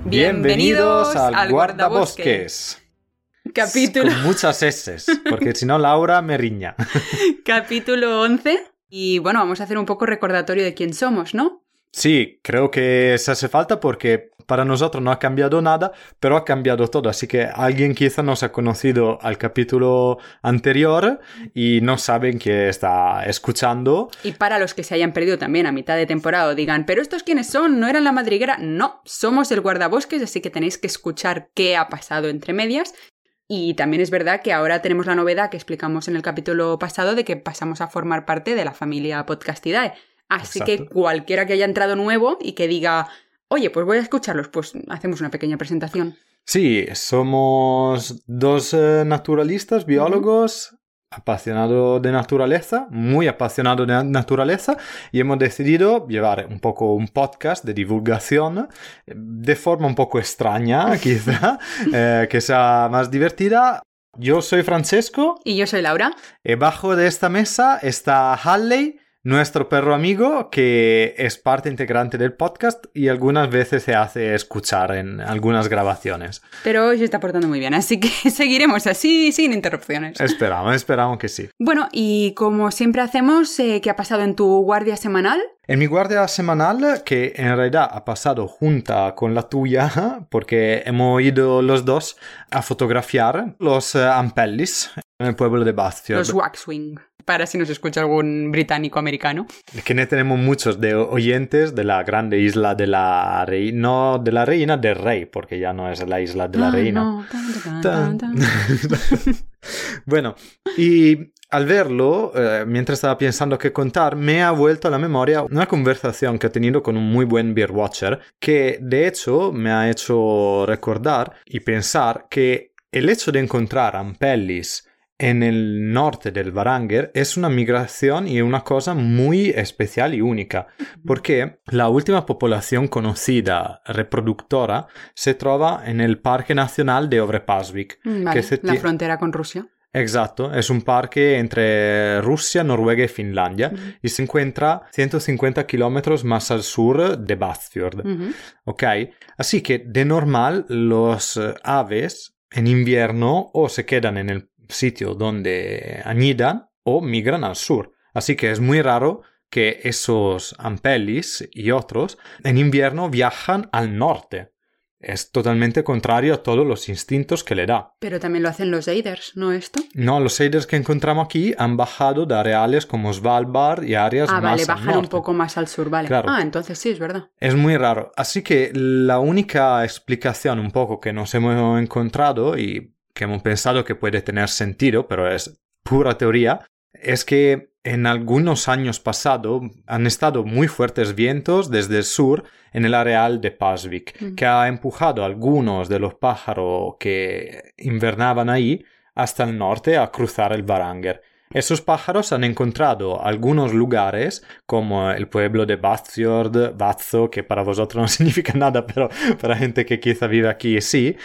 Bienvenidos al Guardabosques. Capítulo... Con muchas S's, porque si no Laura me riña. Capítulo 11. Y bueno, vamos a hacer un poco recordatorio de quién somos, ¿no? Sí, creo que se hace falta porque para nosotros no ha cambiado nada, pero ha cambiado todo. Así que alguien quizá nos ha conocido al capítulo anterior y no saben que está escuchando. Y para los que se hayan perdido también a mitad de temporada o digan, ¿pero estos quiénes son? ¿No eran la madriguera? No, somos el Guardabosques, así que tenéis que escuchar qué ha pasado entre medias. Y también es verdad que ahora tenemos la novedad que explicamos en el capítulo pasado de que pasamos a formar parte de la familia Podcastidae. Así Exacto. que cualquiera que haya entrado nuevo y que diga, oye, pues voy a escucharlos, pues hacemos una pequeña presentación. Sí, somos dos naturalistas, biólogos, apasionados de naturaleza, muy apasionados de naturaleza, y hemos decidido llevar un poco un podcast de divulgación de forma un poco extraña, quizá, que sea más divertida. Yo soy Francesco. Y yo soy Laura. Y bajo de esta mesa está Halley, nuestro perro amigo, que es parte integrante del podcast y algunas veces se hace escuchar en algunas grabaciones. Pero hoy se está portando muy bien, así que seguiremos así sin interrupciones. Esperamos que sí. Bueno, y como siempre hacemos, ¿qué ha pasado en tu guardia semanal? En mi guardia semanal, que en realidad ha pasado junta con la tuya, porque hemos ido los dos a fotografiar los ampellis en el pueblo de Bathfield. Los Waxwing, para si nos escucha algún británico americano. Que no tenemos muchos de oyentes de la grande isla de la reina, no de la reina, del rey, porque ya no es la isla de la reina. No. Tan. Bueno, y al verlo, mientras estaba pensando qué contar, me ha vuelto a la memoria una conversación que he tenido con un muy buen beerwatcher, que de hecho me ha hecho recordar y pensar que el hecho de encontrar ampellis en el norte del Varanger es una migración y una cosa muy especial y única, porque la última población conocida reproductora se trova en el Parque Nacional de Øvre-Pasvik. Vale, la frontera con Rusia. Exacto, es un parque entre Rusia, Noruega y Finlandia y se encuentra 150 kilómetros más al sur de Bathfjord. ¿Ok? Así que de normal los aves en invierno o se quedan en el sitio donde anidan o migran al sur. Así que es muy raro que esos ampellis y otros en invierno viajan al norte. Es totalmente contrario a todos los instintos que le da. Pero también lo hacen los eiders, ¿no esto? No, los eiders que encontramos aquí han bajado de areales como Svalbard y áreas más al norte. Vale, bajan un poco más al sur, vale. Claro. Entonces sí, es verdad. Es muy raro. Así que la única explicación un poco que nos hemos encontrado y que hemos pensado que puede tener sentido, pero es pura teoría, es que en algunos años pasados han estado muy fuertes vientos desde el sur en el areal de Pasvik, que ha empujado a algunos de los pájaros que invernaban ahí hasta el norte a cruzar el Varanger. Esos pájaros han encontrado algunos lugares, como el pueblo de Bathfjord, Vazo, que para vosotros no significa nada, pero para gente que quizá vive aquí sí,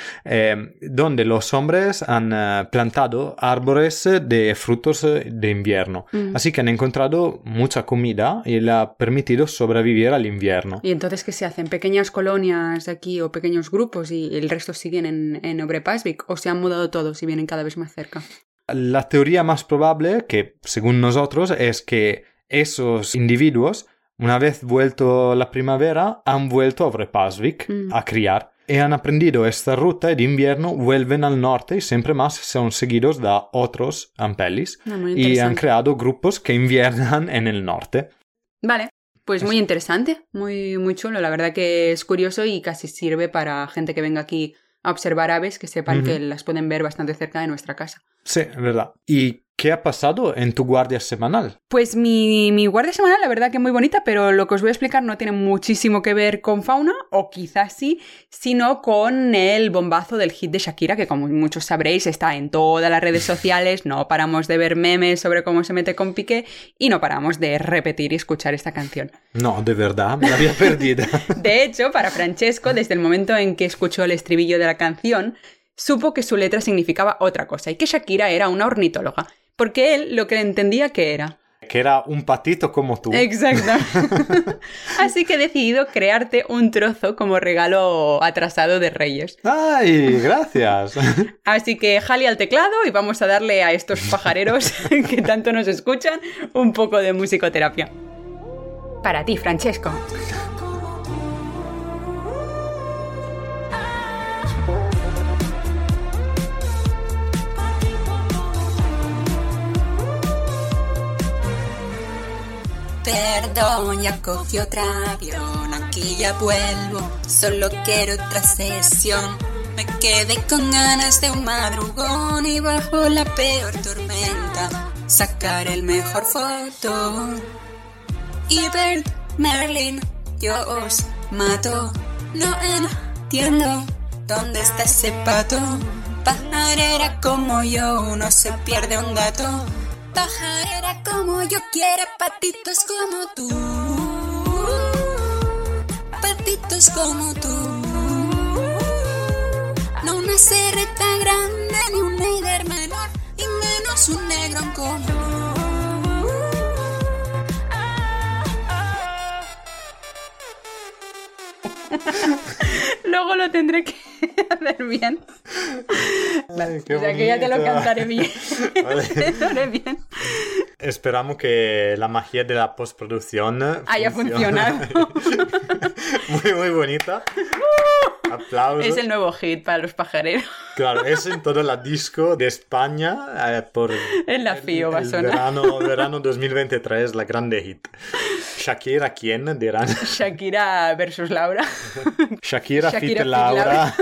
donde los hombres han plantado árboles de frutos de invierno. Así que han encontrado mucha comida y le ha permitido sobrevivir al invierno. ¿Y entonces qué se hacen? ¿Pequeñas colonias aquí o pequeños grupos y el resto siguen en Øvre-Pasvik? ¿O se han mudado todos y vienen cada vez más cerca? La teoría más probable, que según nosotros, es que esos individuos, una vez vuelto la primavera, han vuelto a Øvre-Pasvik a criar y han aprendido esta ruta y de invierno vuelven al norte y siempre más son seguidos de otros ampellis y han creado grupos que inviernan en el norte. Vale. Pues muy interesante, muy, muy chulo. La verdad que es curioso y casi sirve para gente que venga aquí a observar aves, que sepan que las pueden ver bastante cerca de nuestra casa. Sí, es verdad. ¿Y qué ha pasado en tu guardia semanal? Pues mi guardia semanal, la verdad que muy bonita, pero lo que os voy a explicar no tiene muchísimo que ver con fauna, o quizás sí, sino con el bombazo del hit de Shakira, que como muchos sabréis está en todas las redes sociales, no paramos de ver memes sobre cómo se mete con Piqué y no paramos de repetir y escuchar esta canción. No, de verdad, me la había perdido. De hecho, para Francesco, desde el momento en que escuchó el estribillo de la canción, supo que su letra significaba otra cosa y que Shakira era una ornitóloga, porque él lo que le entendía que era que era un patito como tú. Exacto. Así que he decidido crearte un trozo como regalo atrasado de Reyes. ¡Ay, gracias! Así que jale al teclado y vamos a darle a estos pajareros que tanto nos escuchan un poco de musicoterapia. Para ti, Francesco. Perdón, ya cogí otro avión, aquí ya vuelvo, solo quiero otra sesión. Me quedé con ganas de un madrugón y bajo la peor tormenta sacar el mejor foto. Y Bert, Merlin, yo os mato, no entiendo dónde está ese pato. Pajarera como yo no se pierde un dato. Pajarera como yo quiero patitos como tú. Patitos como tú. No una serreta grande ni un neider menor y menos un negrón como. Luego lo tendré que hacer bien. Ay, qué o sea que ya te lo bonito. cantaré bien. Vale. Lo haré bien. Esperamos que la magia de la postproducción Haya funcionado. Muy, muy bonita. Aplausos. Es el nuevo hit para los pajareros. Claro, es en toda la disco de España por En la FIO va a el sonar. verano 2023, la grande hit. Shakira, ¿quién? Dirán. Shakira versus Laura. Shakira Shakira fit fit Laura.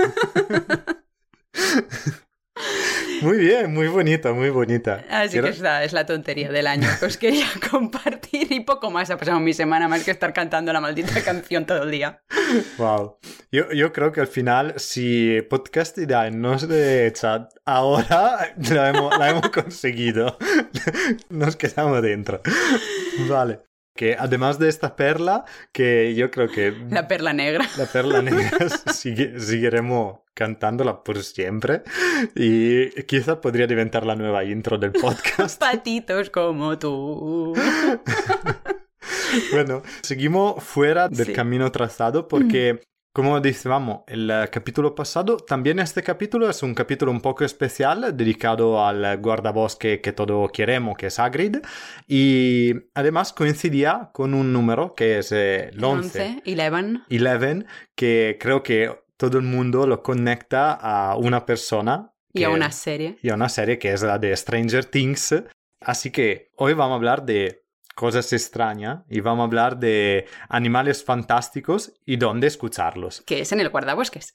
Muy bien, muy bonita, muy bonita. Así que esta es la tontería del año que os quería compartir y poco más ha pasado en mi semana, más que estar cantando la maldita canción todo el día. Wow. Yo creo que al final, si Podcast Idea no se echa ahora, la hemos conseguido. Nos quedamos dentro. Vale. Que además de esta perla, que yo creo que La perla negra. la perla negra seguiremos cantándola por siempre y quizá podría diventar la nueva intro del podcast. Patitos como tú. Bueno, seguimos fuera del Sí. camino trazado porque, como decíamos el capítulo pasado, también este capítulo es un capítulo un poco especial dedicado al guardabosque que todos queremos, que es Hagrid, y además coincidía con un número que es el 11, 11, que creo que todo el mundo lo conecta a una persona Y a una serie. y a una serie que es la de Stranger Things. Así que hoy vamos a hablar de cosas extrañas y vamos a hablar de animales fantásticos y dónde escucharlos. Que es en el guardabosques.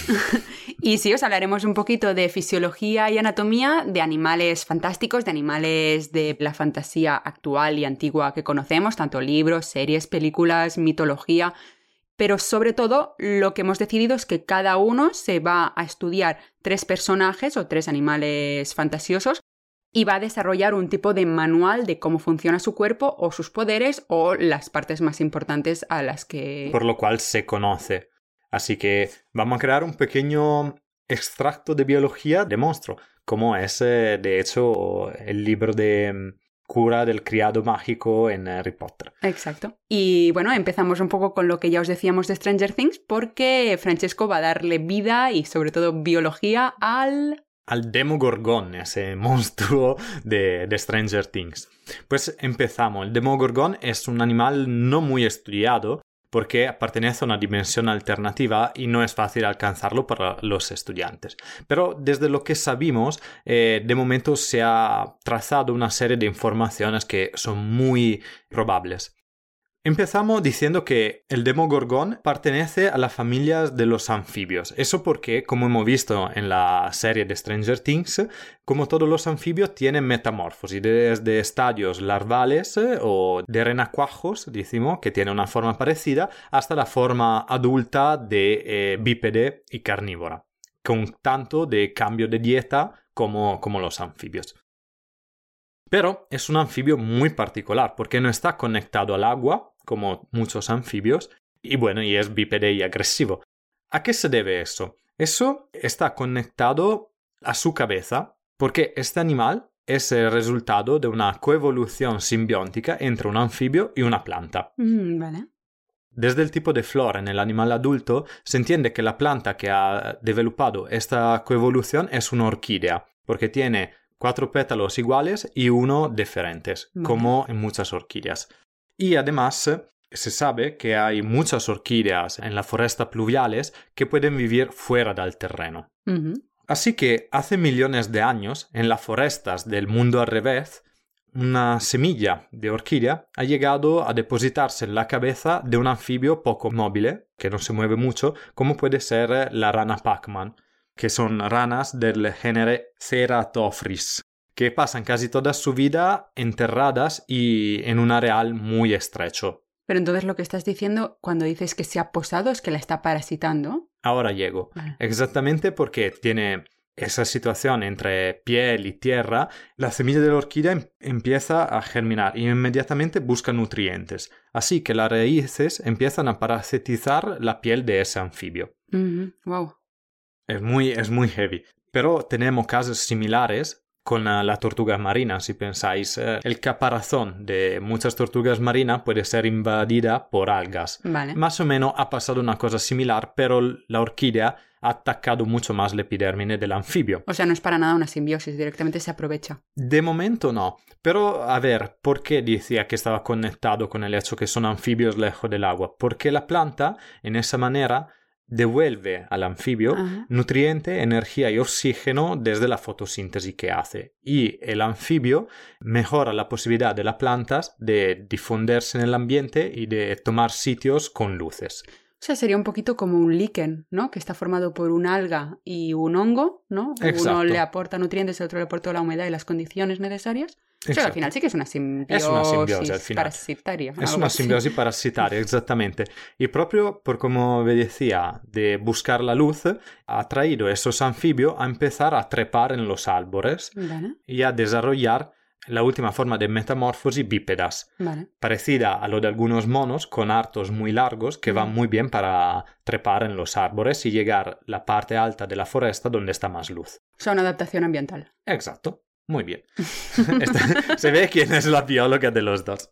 Y sí, os hablaremos un poquito de fisiología y anatomía de animales fantásticos, de animales de la fantasía actual y antigua que conocemos, tanto libros, series, películas, mitología. Pero sobre todo, lo que hemos decidido es que cada uno se va a estudiar 3 personajes o 3 animales fantasiosos y va a desarrollar un tipo de manual de cómo funciona su cuerpo o sus poderes o las partes más importantes a las que... Por lo cual se conoce. Así que vamos a crear un pequeño extracto de biología de monstruo, como es de hecho el libro de cura del criado mágico en Harry Potter. Exacto. Y bueno, empezamos un poco con lo que ya os decíamos de Stranger Things porque Francesco va a darle vida y sobre todo biología al Demogorgon, ese monstruo de Stranger Things. Pues empezamos. El Demogorgon es un animal no muy estudiado porque pertenece a una dimensión alternativa y no es fácil alcanzarlo para los estudiantes. Pero desde lo que sabemos, de momento se ha trazado una serie de informaciones que son muy probables. Empezamos diciendo que el Demogorgon pertenece a la familia de los anfibios. Eso porque, como hemos visto en la serie de Stranger Things, como todos los anfibios tienen metamorfosis, desde estadios larvales o de renacuajos, decimos, que tiene una forma parecida, hasta la forma adulta de bípede y carnívora, con tanto de cambio de dieta como los anfibios. Pero es un anfibio muy particular porque no está conectado al agua, como muchos anfibios, y bueno, y es bípede y agresivo. ¿A qué se debe eso? Eso está conectado a su cabeza, porque este animal es el resultado de una coevolución simbiótica entre un anfibio y una planta. Vale. Desde el tipo de flor en el animal adulto, se entiende que la planta que ha desarrollado esta coevolución es una orquídea, porque tiene 4 pétalos iguales y uno diferentes, como en muchas orquídeas. Y además, se sabe que hay muchas orquídeas en las forestas pluviales que pueden vivir fuera del terreno. Así que hace millones de años, en las forestas del mundo al revés, una semilla de orquídea ha llegado a depositarse en la cabeza de un anfibio poco móvil, que no se mueve mucho, como puede ser la rana Pac-Man, que son ranas del género Ceratophris, que pasan casi toda su vida enterradas y en un areal muy estrecho. Pero entonces lo que estás diciendo cuando dices que se ha posado es que la está parasitando. Ahora llego. Vale. Exactamente porque tiene esa situación entre piel y tierra, la semilla de la orquídea empieza a germinar y inmediatamente busca nutrientes. Así que las raíces empiezan a parasitizar la piel de ese anfibio. Wow. Es muy heavy. Pero tenemos casos similares con la tortuga marina, si pensáis. El caparazón de muchas tortugas marinas puede ser invadida por algas. Vale. Más o menos ha pasado una cosa similar, pero la orquídea ha atacado mucho más la epidérmide del anfibio. O sea, no es para nada una simbiosis, directamente se aprovecha. De momento no. Pero, a ver, ¿por qué decía que estaba conectado con el hecho que son anfibios lejos del agua? Porque la planta, en esa manera, devuelve al anfibio nutriente, energía y oxígeno desde la fotosíntesis que hace. Y el anfibio mejora la posibilidad de las plantas de difundirse en el ambiente y de tomar sitios con luces. O sea, sería un poquito como un líquen, ¿no? Que está formado por un alga y un hongo, ¿no? Exacto. Uno le aporta nutrientes, el otro le aporta la humedad y las condiciones necesarias. O sea, al final sí que es una simbiosis al final. parasitaria. Es una simbiosis parasitaria, exactamente. Y proprio por como me decía, de buscar la luz, ha traído a esos anfibios a empezar a trepar en los árboles y a desarrollar la última forma de metamorfosis bípedas, parecida a lo de algunos monos con artos muy largos que van muy bien para trepar en los árboles y llegar a la parte alta de la foresta donde está más luz. O sea, una adaptación ambiental. Exacto. Muy bien. Se ve quién es la bióloga de los dos.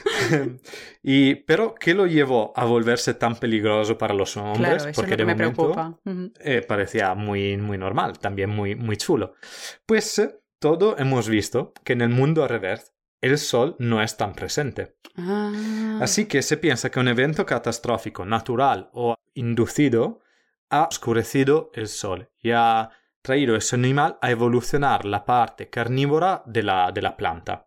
Pero, ¿qué lo llevó a volverse tan peligroso para los hombres? Claro, eso porque es lo que de me momento preocupa. parecía muy, muy normal, también muy chulo. Pues todo hemos visto que en el mundo al revés el sol no es tan presente. Así que se piensa que un evento catastrófico, natural o inducido, ha oscurecido el sol y ha traído ese animal a evolucionar la parte carnívora de la planta.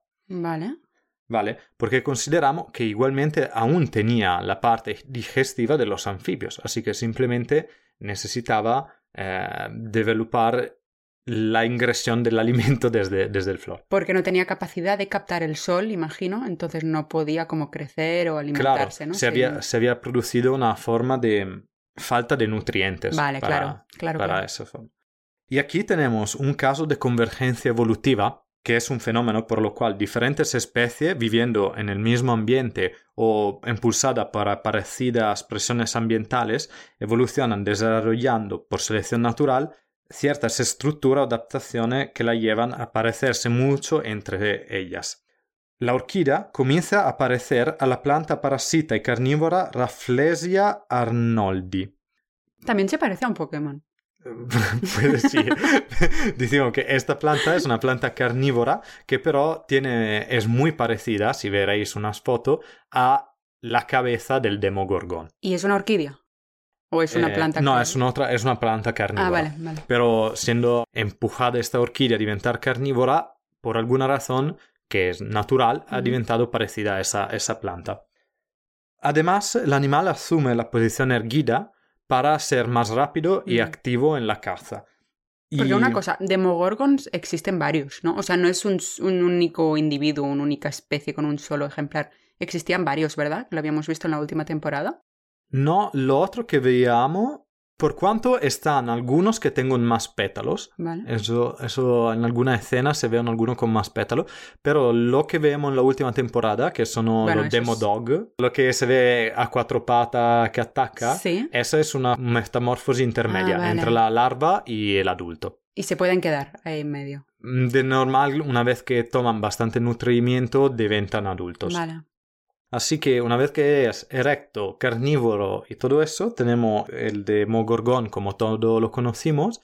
Vale, porque consideramos que igualmente aún tenía la parte digestiva de los anfibios, así que simplemente necesitaba desarrollar la ingresión del alimento desde el flor. Porque no tenía capacidad de captar el sol, imagino, entonces no podía como crecer o alimentarse, claro, ¿no? Se había producido una forma de falta de nutrientes. Vale, claro. Esa forma. Y aquí tenemos un caso de convergencia evolutiva, que es un fenómeno por lo cual diferentes especies viviendo en el mismo ambiente o impulsadas por parecidas presiones ambientales evolucionan desarrollando por selección natural ciertas estructuras o adaptaciones que la llevan a parecerse mucho entre ellas. La orquídea comienza a parecer a la planta parasita y carnívora Rafflesia arnoldi. También se parece a un Pokémon. Puede sí. Decimos que esta planta es una planta carnívora que pero es muy parecida, si veréis unas fotos, a la cabeza del Demogorgón. ¿Y es una orquídea? ¿O es una planta? No, es una planta carnívora. Vale. Pero siendo empujada esta orquídea a diventar carnívora, por alguna razón que es natural, ha diventado parecida a esa planta. Además, el animal asume la posición erguida para ser más rápido y activo en la caza. Porque una cosa, Demogorgons existen varios, ¿no? O sea, no es un único individuo, una única especie con un solo ejemplar. Existían varios, ¿verdad? Lo habíamos visto en la última temporada. No, lo otro que veíamos, por cuanto están algunos que tengan más pétalos, vale. Eso en alguna escena se ven algunos con más pétalos, pero lo que vemos en la última temporada, que son los Demodog, lo que se ve a 4 patas que ataca, ¿sí? Esa es una metamorfosis intermedia entre la larva y el adulto. Y se pueden quedar ahí en medio. De normal, una vez que toman bastante nutrimiento, deventan adultos. Vale. Así que una vez que es erecto, carnívoro y todo eso, tenemos el Demogorgon como todo lo conocimos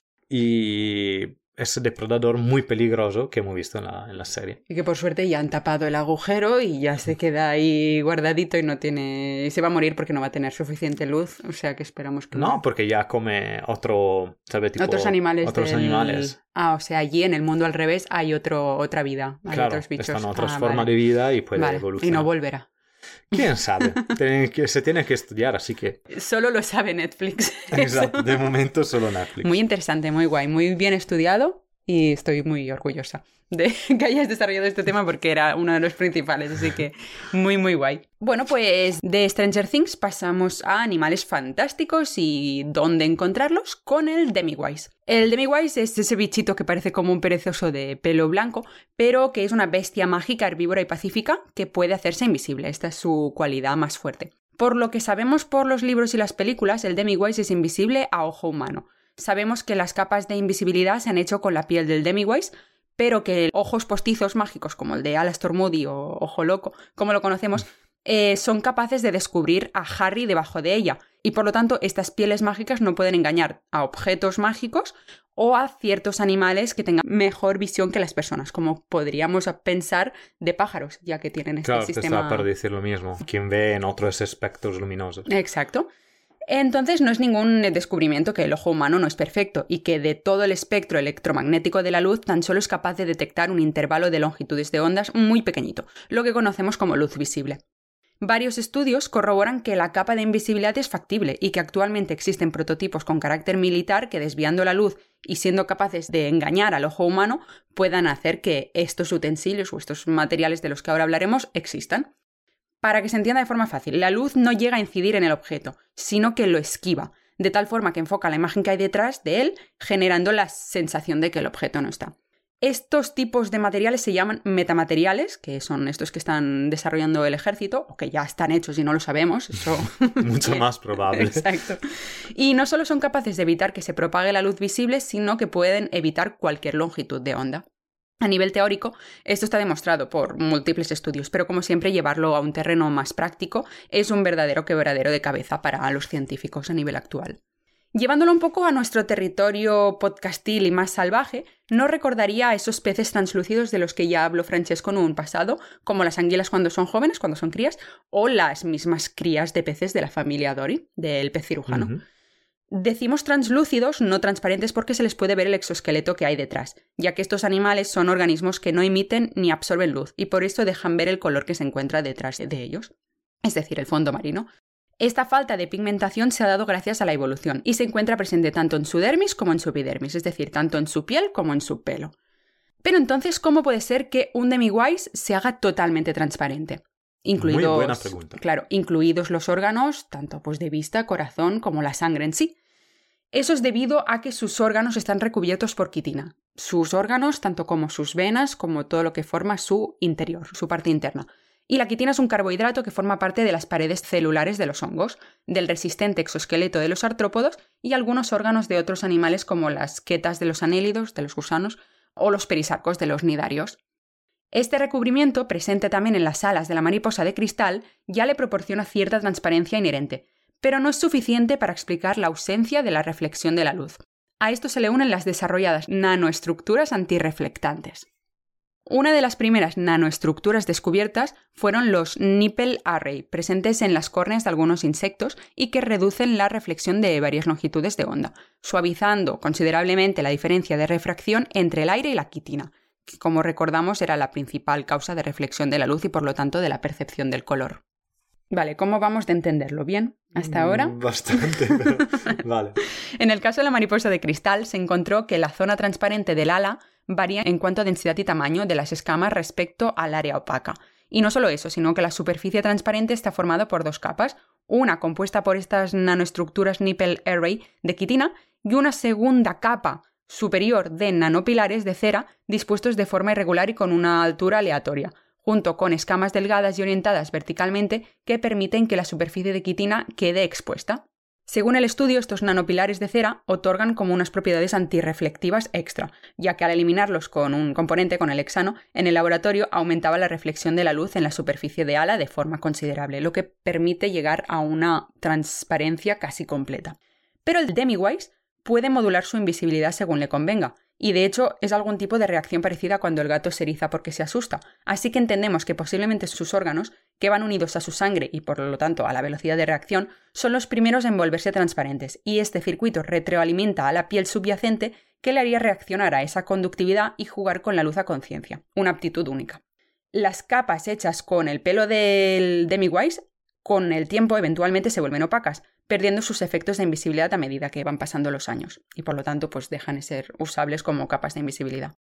y ese depredador muy peligroso que hemos visto en la serie. Y que por suerte ya han tapado el agujero y ya se queda ahí guardadito y no tiene... Y se va a morir porque no va a tener suficiente luz, o sea que esperamos que... No, porque ya come otro, ¿sabes? Tipo, otros animales. Animales. Ah, o sea, allí en el mundo al revés hay otra vida, hay claro, otros bichos. están otras vale. formas de vida y puede evolucionar. Y no volverá. ¿Quién sabe? Se tiene que estudiar, así que... Solo lo sabe Netflix. Exacto, de momento solo Netflix. Muy interesante, muy guay, muy bien estudiado y estoy muy orgullosa de que hayas desarrollado este tema porque era uno de los principales, así que muy, muy guay. Bueno, pues de Stranger Things pasamos a animales fantásticos y dónde encontrarlos con el Demiwise. El Demiwise es ese bichito que parece como un perezoso de pelo blanco, pero que es una bestia mágica, herbívora y pacífica que puede hacerse invisible. Esta es su cualidad más fuerte. Por lo que sabemos por los libros y las películas, el Demiwise es invisible a ojo humano. Sabemos que las capas de invisibilidad se han hecho con la piel del Demiwise, pero que ojos postizos mágicos como el de Alastor Moody o Ojo Loco, como lo conocemos, son capaces de descubrir a Harry debajo de ella. Y por lo tanto, estas pieles mágicas no pueden engañar a objetos mágicos o a ciertos animales que tengan mejor visión que las personas, como podríamos pensar de pájaros, ya que tienen este sistema... Claro, estaba para decir lo mismo. Quien ve en otros espectros luminosos. Exacto. Entonces no es ningún descubrimiento que el ojo humano no es perfecto y que de todo el espectro electromagnético de la luz tan solo es capaz de detectar un intervalo de longitudes de ondas muy pequeñito, lo que conocemos como luz visible. Varios estudios corroboran que la capa de invisibilidad es factible y que actualmente existen prototipos con carácter militar que, desviando la luz y siendo capaces de engañar al ojo humano, puedan hacer que estos utensilios o estos materiales de los que ahora hablaremos existan. Para que se entienda de forma fácil, la luz no llega a incidir en el objeto, sino que lo esquiva, de tal forma que enfoca la imagen que hay detrás de él, generando la sensación de que el objeto no está. Estos tipos de materiales se llaman metamateriales, que son estos que están desarrollando el ejército, o que ya están hechos y no lo sabemos, eso... Mucho más probable. Exacto. Y no solo son capaces de evitar que se propague la luz visible, sino que pueden evitar cualquier longitud de onda. A nivel teórico, esto está demostrado por múltiples estudios, pero como siempre llevarlo a un terreno más práctico es un verdadero quebradero de cabeza para los científicos a nivel actual. Llevándolo un poco a nuestro territorio podcastil y más salvaje, no recordaría a esos peces translúcidos de los que ya habló Francesco en un pasado, como las anguilas cuando son jóvenes, cuando son crías, o las mismas crías de peces de la familia Dory, del pez cirujano. Uh-huh. Decimos translúcidos, no transparentes, porque se les puede ver el exoesqueleto que hay detrás, ya que estos animales son organismos que no emiten ni absorben luz, y por esto dejan ver el color que se encuentra detrás de ellos, es decir, el fondo marino. Esta falta de pigmentación se ha dado gracias a la evolución, y se encuentra presente tanto en su dermis como en su epidermis, es decir, tanto en su piel como en su pelo. Pero entonces, ¿cómo puede ser que un Demiwise se haga totalmente transparente? Incluidos, muy buena pregunta. Claro, incluidos los órganos, tanto pues de vista, corazón, como la sangre en sí. Eso es debido a que sus órganos están recubiertos por quitina. Sus órganos, tanto como sus venas, como todo lo que forma su interior, su parte interna. Y la quitina es un carbohidrato que forma parte de las paredes celulares de los hongos, del resistente exoesqueleto de los artrópodos y algunos órganos de otros animales como las quetas de los anélidos, de los gusanos, o los perisarcos de los nidarios. Este recubrimiento, presente también en las alas de la mariposa de cristal, ya le proporciona cierta transparencia inherente, pero no es suficiente para explicar la ausencia de la reflexión de la luz. A esto se le unen las desarrolladas nanoestructuras antirreflectantes. Una de las primeras nanoestructuras descubiertas fueron los nipple array, presentes en las córneas de algunos insectos y que reducen la reflexión de varias longitudes de onda, suavizando considerablemente la diferencia de refracción entre el aire y la quitina, que, como recordamos, era la principal causa de reflexión de la luz y por lo tanto de la percepción del color. Vale, ¿cómo vamos de entenderlo? ¿Bien? ¿Hasta ahora? Bastante, pero... vale. En el caso de la mariposa de cristal se encontró que la zona transparente del ala varía en cuanto a densidad y tamaño de las escamas respecto al área opaca. Y no solo eso, sino que la superficie transparente está formada por dos capas, una compuesta por estas nanoestructuras nipple array de quitina y una segunda capa superior de nanopilares de cera dispuestos de forma irregular y con una altura aleatoria, junto con escamas delgadas y orientadas verticalmente que permiten que la superficie de quitina quede expuesta. Según el estudio, estos nanopilares de cera otorgan como unas propiedades antirreflectivas extra, ya que al eliminarlos con un componente, con el hexano, en el laboratorio aumentaba la reflexión de la luz en la superficie de ala de forma considerable, lo que permite llegar a una transparencia casi completa. Pero el Demi-Wise puede modular su invisibilidad según le convenga, y de hecho es algún tipo de reacción parecida cuando el gato se eriza porque se asusta, así que entendemos que posiblemente sus órganos, que van unidos a su sangre y por lo tanto a la velocidad de reacción, son los primeros en volverse transparentes, y este circuito retroalimenta a la piel subyacente que le haría reaccionar a esa conductividad y jugar con la luz a conciencia, una aptitud única. Las capas hechas con el pelo del Demi-Wise con el tiempo eventualmente se vuelven opacas, perdiendo sus efectos de invisibilidad a medida que van pasando los años, y por lo tanto pues dejan de ser usables como capas de invisibilidad.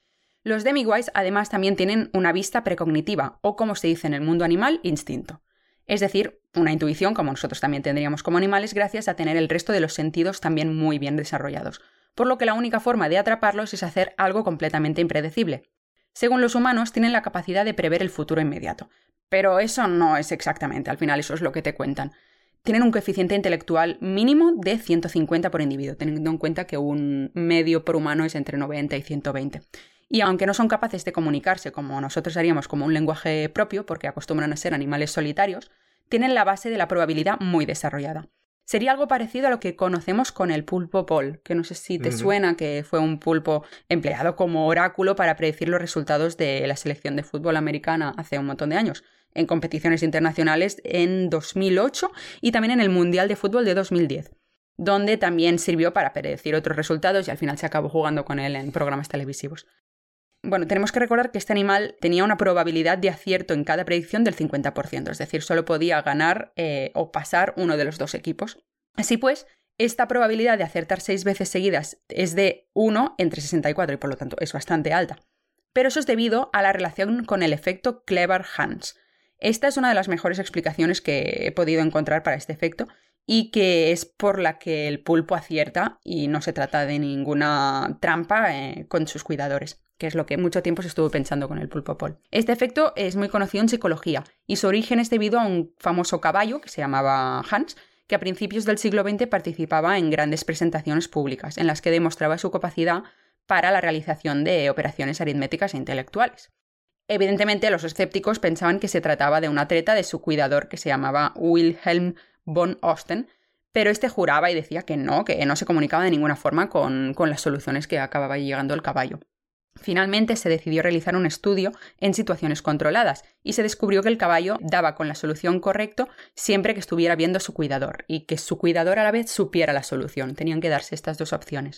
Los Demi-Wise además también tienen una vista precognitiva, o como se dice en el mundo animal, instinto. Es decir, una intuición como nosotros también tendríamos como animales gracias a tener el resto de los sentidos también muy bien desarrollados, por lo que la única forma de atraparlos es hacer algo completamente impredecible. Según los humanos, tienen la capacidad de prever el futuro inmediato. Pero eso no es exactamente, al final eso es lo que te cuentan. Tienen un coeficiente intelectual mínimo de 150 por individuo, teniendo en cuenta que un medio por humano es entre 90 y 120. Y aunque no son capaces de comunicarse como nosotros haríamos como un lenguaje propio, porque acostumbran a ser animales solitarios, tienen la base de la probabilidad muy desarrollada. Sería algo parecido a lo que conocemos con el pulpo Paul, que no sé si te suena, que fue un pulpo empleado como oráculo para predecir los resultados de la selección de fútbol americana hace un montón de años, en competiciones internacionales en 2008 y también en el Mundial de Fútbol de 2010, donde también sirvió para predecir otros resultados y al final se acabó jugando con él en programas televisivos. Bueno, tenemos que recordar que este animal tenía una probabilidad de acierto en cada predicción del 50%, es decir, solo podía ganar o pasar uno de los dos equipos. Así pues, esta probabilidad de acertar 6 veces seguidas es de 1 entre 64 y por lo tanto es bastante alta. Pero eso es debido a la relación con el efecto Clever-Hans. Esta es una de las mejores explicaciones que he podido encontrar para este efecto y que es por la que el pulpo acierta y no se trata de ninguna trampa con sus cuidadores, que es lo que mucho tiempo se estuvo pensando con el pulpo Paul. Este efecto es muy conocido en psicología y su origen es debido a un famoso caballo que se llamaba Hans, que a principios del siglo XX participaba en grandes presentaciones públicas en las que demostraba su capacidad para la realización de operaciones aritméticas e intelectuales. Evidentemente, los escépticos pensaban que se trataba de una treta de su cuidador que se llamaba Wilhelm von Osten, pero este juraba y decía que no se comunicaba de ninguna forma con las soluciones que acababa llegando el caballo. Finalmente se decidió realizar un estudio en situaciones controladas y se descubrió que el caballo daba con la solución correcta siempre que estuviera viendo a su cuidador y que su cuidador a la vez supiera la solución. Tenían que darse estas dos opciones.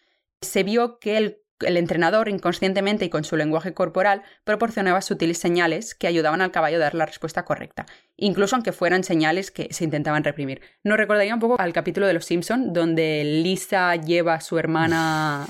Se vio que el entrenador inconscientemente y con su lenguaje corporal proporcionaba sutiles señales que ayudaban al caballo a dar la respuesta correcta, incluso aunque fueran señales que se intentaban reprimir. Nos recordaría un poco al capítulo de Los Simpson donde Lisa lleva a su hermana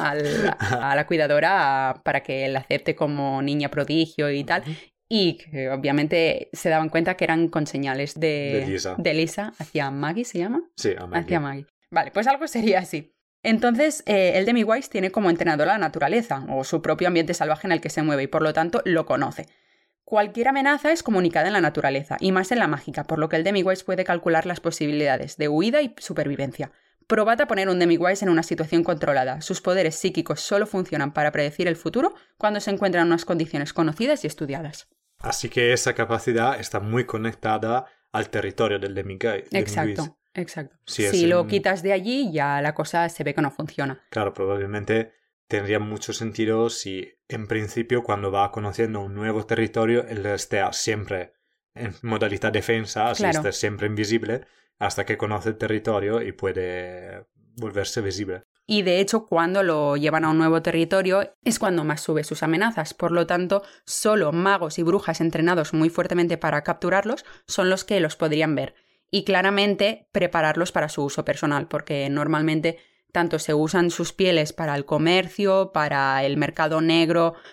a la cuidadora para que la acepte como niña prodigio y tal, y que obviamente se daban cuenta que eran con señales de Lisa hacia Maggie, ¿se llama? Sí, a Maggie. Hacia Maggie. Vale, pues algo sería así. Entonces, el Demi-Wise tiene como entrenador a la naturaleza, o su propio ambiente salvaje en el que se mueve, y por lo tanto lo conoce. Cualquier amenaza es comunicada en la naturaleza, y más en la mágica, por lo que el Demi-Wise puede calcular las posibilidades de huida y supervivencia. Probad a poner un Demi-Wise en una situación controlada. Sus poderes psíquicos solo funcionan para predecir el futuro cuando se encuentran en unas condiciones conocidas y estudiadas. Así que esa capacidad está muy conectada al territorio del Demi-Wise. Exacto. Si lo quitas de allí, ya la cosa se ve que no funciona. Claro, probablemente tendría mucho sentido si en principio cuando va conociendo un nuevo territorio él esté siempre en modalidad defensa, así esté siempre invisible hasta que conoce el territorio y puede volverse visible. Y de hecho, cuando lo llevan a un nuevo territorio es cuando más sube sus amenazas. Por lo tanto, solo magos y brujas entrenados muy fuertemente para capturarlos son los que los podrían ver. Y claramente prepararlos para su uso personal, porque normalmente tanto se usan sus pieles para el comercio, para el mercado negro,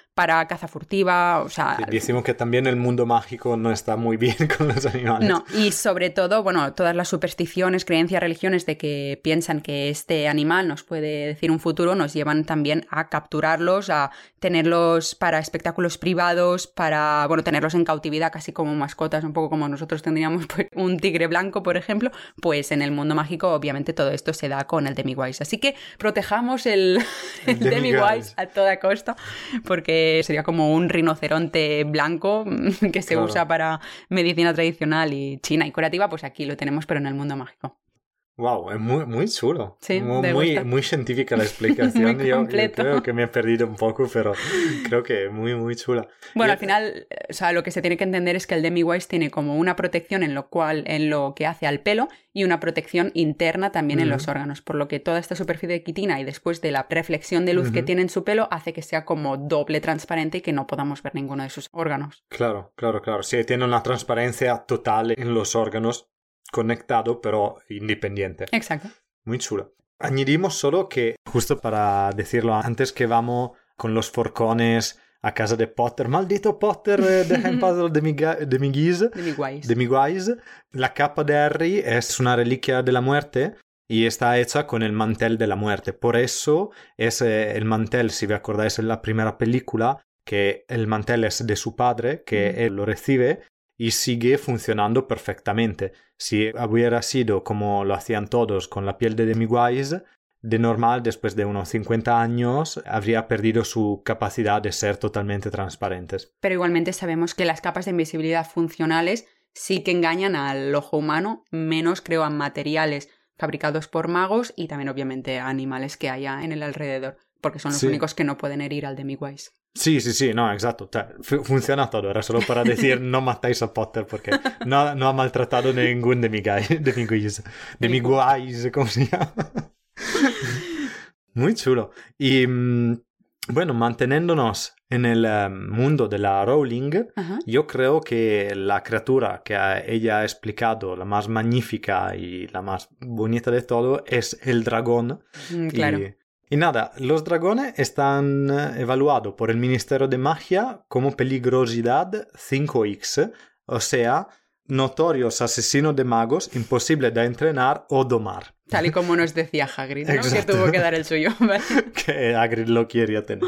para caza furtiva, o sea... Sí, decimos que también el mundo mágico no está muy bien con los animales. No, y sobre todo, bueno, todas las supersticiones, creencias, religiones de que piensan que este animal nos puede decir un futuro, nos llevan también a capturarlos, a tenerlos para espectáculos privados, para, bueno, tenerlos en cautividad casi como mascotas, un poco como nosotros tendríamos pues, un tigre blanco, por ejemplo. Pues en el mundo mágico, obviamente, todo esto se da con el Demi-Wise. Así que protejamos el Demi-Wise a toda costa, porque sería como un rinoceronte blanco que se usa para medicina tradicional y china y curativa, pues aquí lo tenemos, pero en el mundo mágico. Wow, es muy chulo. Sí, muy científica la explicación. Muy yo completo. creo que me he perdido un poco, pero creo que es muy chula. Bueno, al final, o sea, lo que se tiene que entender es que el Demi-Wise tiene como una protección en lo que hace al pelo y una protección interna también en los órganos, por lo que toda esta superficie de quitina y después de la reflexión de luz que tiene en su pelo hace que sea como doble transparente y que no podamos ver ninguno de sus órganos. Claro. Sí, tiene una transparencia total en los órganos, conectado pero independiente. Exacto. Muy chulo. Añadimos solo que, justo para decirlo antes, que vamos con los forcones a casa de Potter. Maldito Potter, deja en paz el Demi-Wise. La capa de Harry es una reliquia de la muerte y está hecha con el mantel de la muerte. Por eso es el mantel, si os acordáis en la primera película, que el mantel es de su padre, que él lo recibe y sigue funcionando perfectamente. Si hubiera sido como lo hacían todos con la piel de Demi-Wise, de normal, después de unos 50 años, habría perdido su capacidad de ser totalmente transparentes. Pero igualmente sabemos que las capas de invisibilidad funcionales sí que engañan al ojo humano, menos creo a materiales fabricados por magos y también obviamente a animales que haya en el alrededor, porque son los únicos que no pueden herir al Demi-Wise. Sí, no, exacto. Funciona todo. Era solo para decir no matáis a Potter porque no ha maltratado ningún Demi-Wise, ¿cómo se llama? Muy chulo. Y bueno, manteniéndonos en el mundo de la Rowling, yo creo que la criatura que ella ha explicado, la más magnífica y la más bonita de todo, es el dragón. Claro. Y nada, los dragones están evaluados por el Ministerio de Magia como peligrosidad 5X, o sea, notorios asesinos de magos, imposible de entrenar o domar. Tal y como nos decía Hagrid, ¿no? Exacto. Que tuvo que dar el suyo. ¿Vale? Que Hagrid lo quería tener.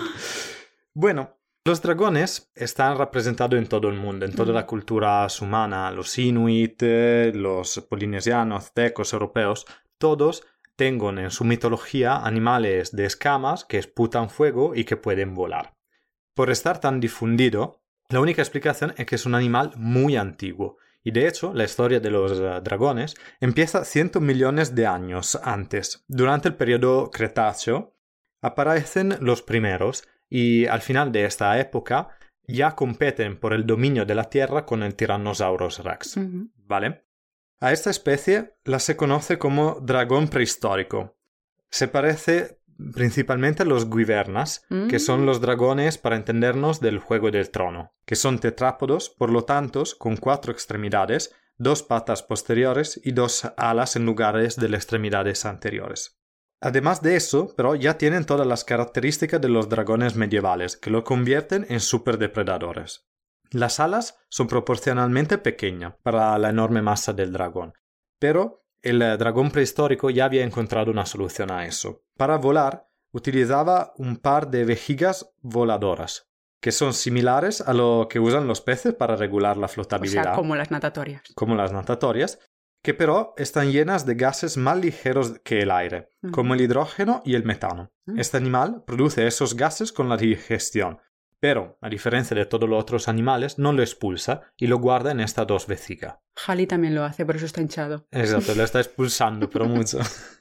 Bueno, los dragones están representados en todo el mundo, en toda la cultura humana, los inuit, los polinesianos, aztecos, europeos, todos tengan en su mitología animales de escamas que esputan fuego y que pueden volar. Por estar tan difundido, la única explicación es que es un animal muy antiguo. Y de hecho, la historia de los dragones empieza 100 millones de años antes. Durante el periodo Cretáceo aparecen los primeros y al final de esta época ya compiten por el dominio de la Tierra con el Tyrannosaurus Rex. ¿Vale? A esta especie la se conoce como dragón prehistórico. Se parece principalmente a los Wyvernas, que son los dragones, para entendernos, del Juego del Trono, que son tetrápodos, por lo tanto, con 4 extremidades, 2 patas posteriores y 2 alas en lugares de las extremidades anteriores. Además de eso, pero ya tienen todas las características de los dragones medievales, que lo convierten en superdepredadores. Las alas son proporcionalmente pequeñas para la enorme masa del dragón, pero el dragón prehistórico ya había encontrado una solución a eso. Para volar, utilizaba un par de vejigas voladoras, que son similares a lo que usan los peces para regular la flotabilidad. O sea, como las natatorias. Como las natatorias, que pero están llenas de gases más ligeros que el aire, como el hidrógeno y el metano. Este animal produce esos gases con la digestión, pero, a diferencia de todos los otros animales, no lo expulsa y lo guarda en estas 2 vejigas. Halley también lo hace, por eso está hinchado. Exacto, lo está expulsando, pero mucho.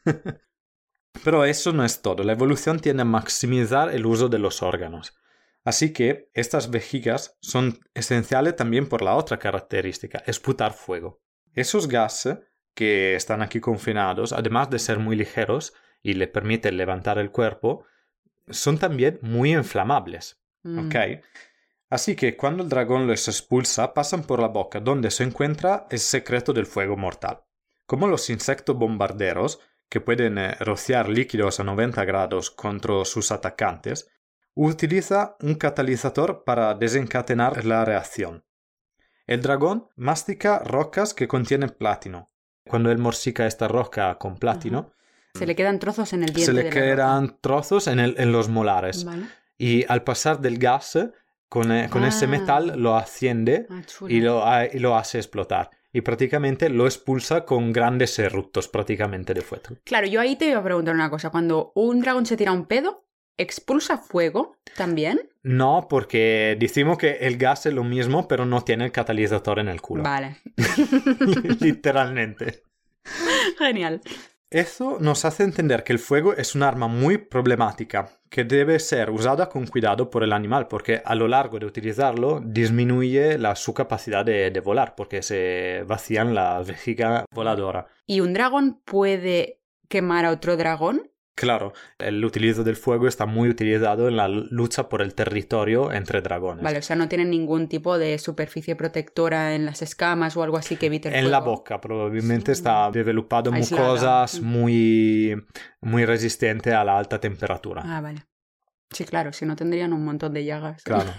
Pero eso no es todo. La evolución tiende a maximizar el uso de los órganos. Así que estas vejigas son esenciales también por la otra característica, esputar fuego. Esos gases que están aquí confinados, además de ser muy ligeros y le permiten levantar el cuerpo, son también muy inflamables. ¿Ok? Así que cuando el dragón los expulsa, pasan por la boca donde se encuentra el secreto del fuego mortal. Como los insectos bombarderos, que pueden rociar líquidos a 90 grados contra sus atacantes, utiliza un catalizador para desencadenar la reacción. El dragón mastica rocas que contienen platino. Cuando él morsica esta roca con platino, se le quedan trozos en el diente. se le de la quedan roca. trozos en los molares. Vale. Y al pasar del gas, con ese metal lo asciende Chulo. y lo hace explotar. Y prácticamente lo expulsa con grandes eructos prácticamente de fuego. Claro, yo ahí te iba a preguntar una cosa. Cuando un dragón se tira un pedo, ¿expulsa fuego también? No, porque decimos que el gas es lo mismo, pero no tiene el catalizador en el culo. Vale. Literalmente. Genial. Eso nos hace entender que el fuego es un arma muy problemática, que debe ser usada con cuidado por el animal, porque a lo largo de utilizarlo disminuye su capacidad de volar, porque se vacían la vejiga voladora. ¿Y un dragón puede quemar a otro dragón? Claro, el utilizo del fuego está muy utilizado en la lucha por el territorio entre dragones. Vale, o sea, no tienen ningún tipo de superficie protectora en las escamas o algo así que evite el fuego. En la boca probablemente está developado Aislada. mucosas muy resistentes a la alta temperatura. Ah, vale. Sí, claro, si no tendrían un montón de llagas. Claro.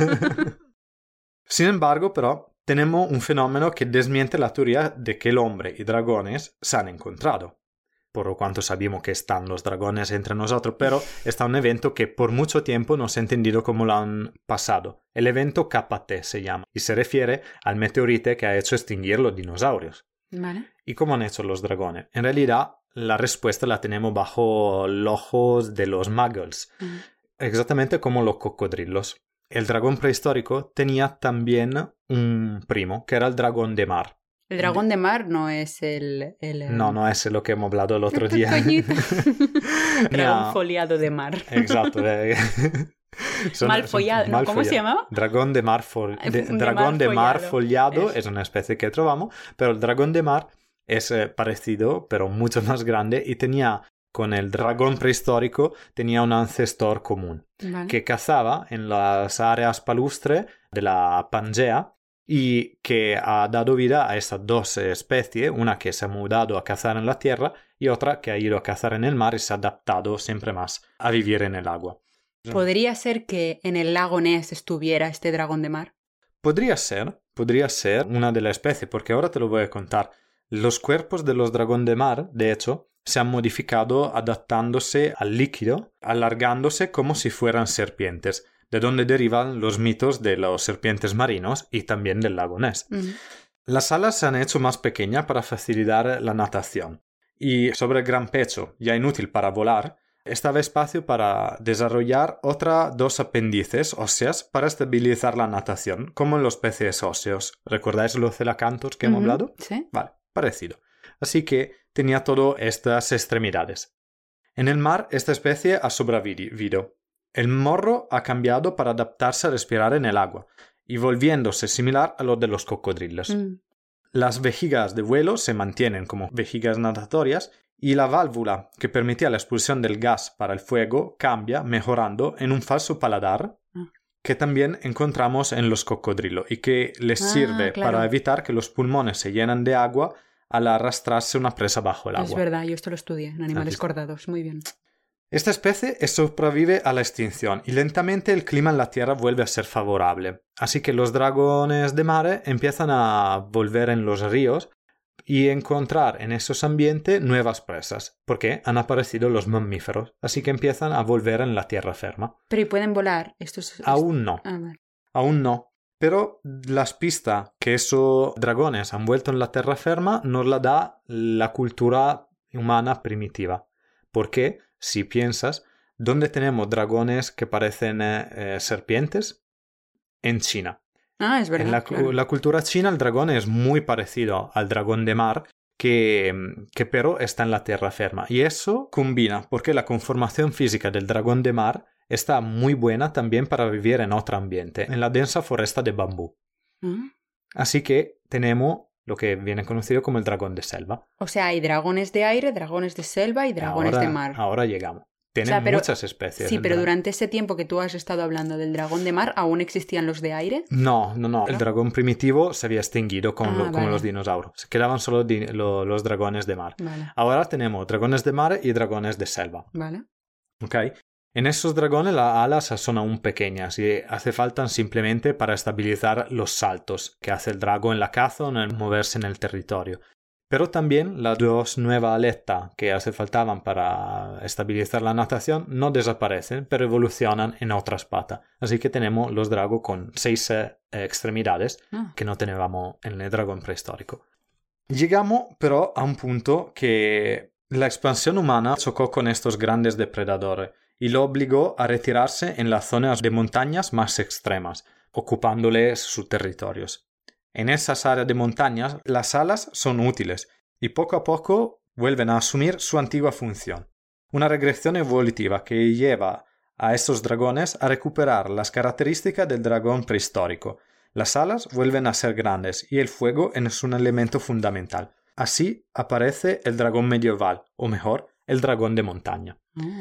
Sin embargo, pero, tenemos un fenómeno que desmiente la teoría de que el hombre y dragones se han encontrado. Por lo cuanto sabemos que están los dragones entre nosotros, pero está un evento que por mucho tiempo no se ha entendido cómo lo han pasado. El evento KT se llama, y se refiere al meteorito que ha hecho extinguir los dinosaurios. Vale. ¿Y cómo han hecho los dragones? En realidad, la respuesta la tenemos bajo los ojos de los muggles, exactamente como los cocodrilos. El dragón prehistórico tenía también un primo, que era el dragón de mar. El dragón de mar no es el... No es lo que hemos hablado el otro día. Dragón foliado de mar. Exacto. Mal follado, ¿no? ¿Cómo se llamaba? Dragón de mar, dragón de mar follado es una especie que trovamos, pero el dragón de mar es parecido, pero mucho más grande, y tenía, con el dragón prehistórico, tenía un ancestor común, Vale. que cazaba en las áreas palustres de la Pangea, y que ha dado vida a estas dos especies, una que se ha mudado a cazar en la tierra y otra que ha ido a cazar en el mar y se ha adaptado siempre más a vivir en el agua. ¿Podría ser que en el lago Ness estuviera este dragón de mar? Podría ser una de las especies, porque ahora te lo voy a contar. Los cuerpos de los dragones de mar, de hecho, se han modificado adaptándose al líquido, alargándose como si fueran serpientes, de donde derivan los mitos de los serpientes marinos y también del lago Ness. Las alas se han hecho más pequeñas para facilitar la natación, y sobre el gran pecho, ya inútil para volar, estaba espacio para desarrollar otras dos apéndices óseas para estabilizar la natación, como en los peces óseos. ¿Recordáis los celacantos que hemos hablado? Sí. Vale, parecido. Así que tenía todas estas extremidades. En el mar, esta especie ha sobrevivido. El morro ha cambiado para adaptarse a respirar en el agua y volviéndose similar a lo de los cocodrilos. Las vejigas de vuelo se mantienen como vejigas natatorias y la válvula que permitía la expulsión del gas para el fuego cambia, mejorando en un falso paladar que también encontramos en los cocodrilos y que les sirve para evitar que los pulmones se llenen de agua al arrastrarse una presa bajo el agua. Es verdad, yo esto lo estudié en Animales Cordados, muy bien. Esta especie sobrevive a la extinción y lentamente el clima en la Tierra vuelve a ser favorable. Así que los dragones de mar empiezan a volver en los ríos y encontrar en esos ambientes nuevas presas, porque han aparecido los mamíferos, así que empiezan a volver en la tierra firme. ¿Pero y pueden volar? Aún no. Vale. Aún no. Pero las pistas que esos dragones han vuelto en la tierra firme nos la da la cultura humana primitiva. Porque, si piensas, ¿dónde tenemos dragones que parecen serpientes? En China. Ah, es verdad. En la cultura china el dragón es muy parecido al dragón de mar, que pero está en la tierra firme. Y eso combina porque la conformación física del dragón de mar está muy buena también para vivir en otro ambiente, en la densa foresta de bambú. Así que tenemos lo que viene conocido como el dragón de selva. O sea, hay dragones de aire, dragones de selva y dragones de mar. Ahora llegamos. Tienen muchas especies. Sí, pero durante ese tiempo que tú has estado hablando del dragón de mar, ¿aún existían los de aire? No. El dragón primitivo se había extinguido como los dinosaurios. Se quedaban solo los dragones de mar. Vale. Ahora tenemos dragones de mar y dragones de selva. Vale. ¿Ok? En esos dragones las alas son aún pequeñas y hace falta simplemente para estabilizar los saltos que hace el dragón en la caza o en el moverse en el territorio. Pero también las 2 nuevas aletas que hace faltaban para estabilizar la natación no desaparecen, pero evolucionan en otras patas. Así que tenemos los dragos con 6 extremidades que no teníamos en el dragón prehistórico. Llegamos pero a un punto que la expansión humana chocó con estos grandes depredadores y lo obligó a retirarse en las zonas de montañas más extremas, ocupándoles sus territorios. En esas áreas de montañas las alas son útiles y poco a poco vuelven a asumir su antigua función. Una regresión evolutiva que lleva a estos dragones a recuperar las características del dragón prehistórico. Las alas vuelven a ser grandes y el fuego es un elemento fundamental. Así aparece el dragón medieval, o mejor, el dragón de montaña.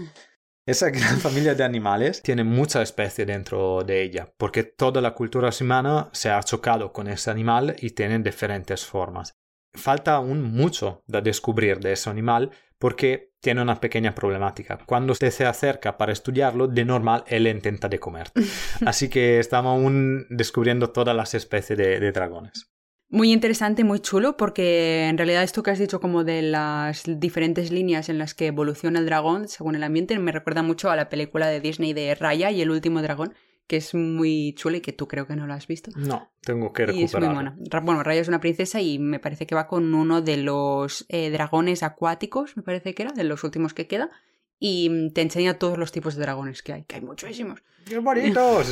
Esa gran familia de animales tiene muchas especies dentro de ella, porque toda la cultura humana se ha chocado con ese animal y tiene diferentes formas. Falta aún mucho de descubrir de ese animal porque tiene una pequeña problemática. Cuando usted se acerca para estudiarlo, de normal él intenta de comer. Así que estamos aún descubriendo todas las especies de dragones. Muy interesante, muy chulo, porque en realidad esto que has dicho como de las diferentes líneas en las que evoluciona el dragón según el ambiente me recuerda mucho a la película de Disney de Raya y el último dragón, que es muy chula y que tú creo que no la has visto. No, tengo que recuperarla. Y es muy buena. Bueno, Raya es una princesa y me parece que va con uno de los dragones acuáticos, me parece que era, de los últimos que queda, y te enseña todos los tipos de dragones que hay muchísimos. ¡Qué bonitos!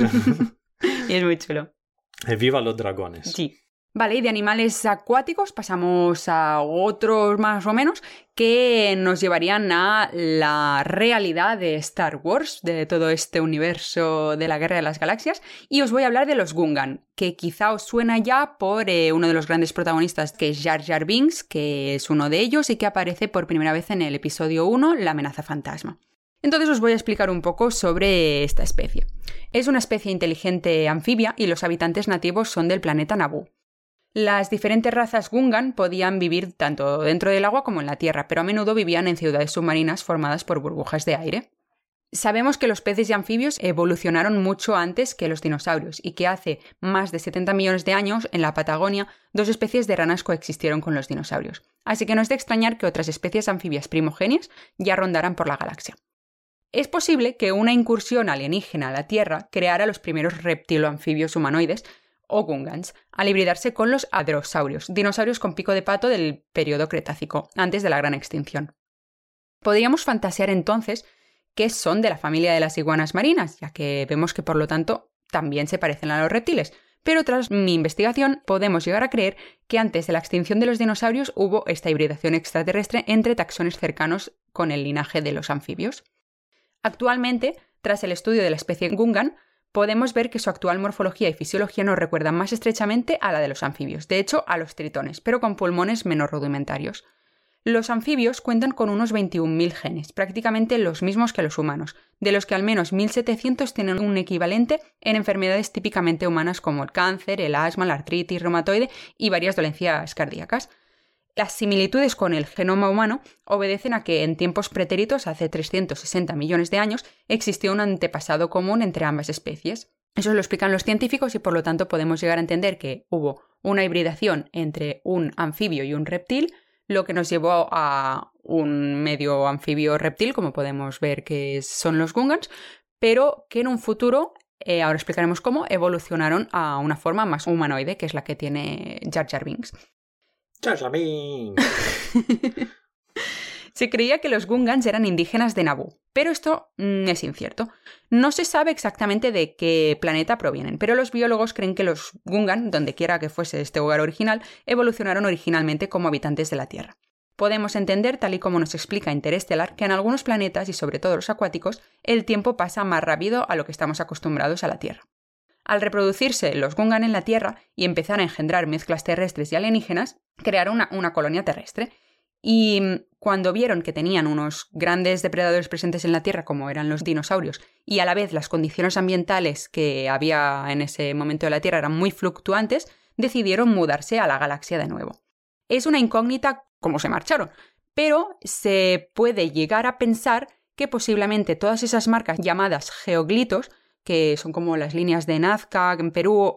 Y es muy chulo. ¡Viva los dragones! Sí. Vale, y de animales acuáticos pasamos a otros más o menos que nos llevarían a la realidad de Star Wars, de todo este universo de la Guerra de las Galaxias, y os voy a hablar de los Gungan, que quizá os suena ya por uno de los grandes protagonistas, que es Jar Jar Binks, que es uno de ellos y que aparece por primera vez en el episodio 1, La amenaza fantasma. Entonces os voy a explicar un poco sobre esta especie. Es una especie inteligente anfibia y los habitantes nativos son del planeta Naboo. Las diferentes razas Gungan podían vivir tanto dentro del agua como en la tierra, pero a menudo vivían en ciudades submarinas formadas por burbujas de aire. Sabemos que los peces y anfibios evolucionaron mucho antes que los dinosaurios y que hace más de 70 millones de años, en la Patagonia, 2 especies de ranas coexistieron con los dinosaurios. Así que no es de extrañar que otras especies anfibias primogéneas ya rondaran por la galaxia. Es posible que una incursión alienígena a la Tierra creara los primeros reptilo-anfibios humanoides, o Gungans, al hibridarse con los hadrosaurios, dinosaurios con pico de pato del periodo Cretácico, antes de la gran extinción. Podríamos fantasear entonces que son de la familia de las iguanas marinas, ya que vemos que por lo tanto también se parecen a los reptiles, pero tras mi investigación podemos llegar a creer que antes de la extinción de los dinosaurios hubo esta hibridación extraterrestre entre taxones cercanos con el linaje de los anfibios. Actualmente, tras el estudio de la especie Gungan, podemos ver que su actual morfología y fisiología nos recuerdan más estrechamente a la de los anfibios, de hecho a los tritones, pero con pulmones menos rudimentarios. Los anfibios cuentan con unos 21.000 genes, prácticamente los mismos que los humanos, de los que al menos 1.700 tienen un equivalente en enfermedades típicamente humanas como el cáncer, el asma, la artritis reumatoide y varias dolencias cardíacas. Las similitudes con el genoma humano obedecen a que en tiempos pretéritos, hace 360 millones de años, existió un antepasado común entre ambas especies. Eso lo explican los científicos y por lo tanto podemos llegar a entender que hubo una hibridación entre un anfibio y un reptil, lo que nos llevó a un medio anfibio reptil, como podemos ver que son los Gungans, pero que en un futuro, ahora explicaremos cómo, evolucionaron a una forma más humanoide, que es la que tiene Jar Jar Binks. ¡Jar Jar Binks! Se creía que los Gungans eran indígenas de Naboo, pero esto es incierto. No se sabe exactamente de qué planeta provienen, pero los biólogos creen que los Gungan, donde quiera que fuese este hogar original, evolucionaron originalmente como habitantes de la Tierra. Podemos entender, tal y como nos explica Interestelar, que en algunos planetas, y sobre todo los acuáticos, el tiempo pasa más rápido a lo que estamos acostumbrados a la Tierra. Al reproducirse los Gungan en la Tierra y empezar a engendrar mezclas terrestres y alienígenas, crearon una colonia terrestre. Y cuando vieron que tenían unos grandes depredadores presentes en la Tierra, como eran los dinosaurios, y a la vez las condiciones ambientales que había en ese momento de la Tierra eran muy fluctuantes, decidieron mudarse a la galaxia de nuevo. Es una incógnita cómo se marcharon, pero se puede llegar a pensar que posiblemente todas esas marcas llamadas geoglitos, que son como las líneas de Nazca en Perú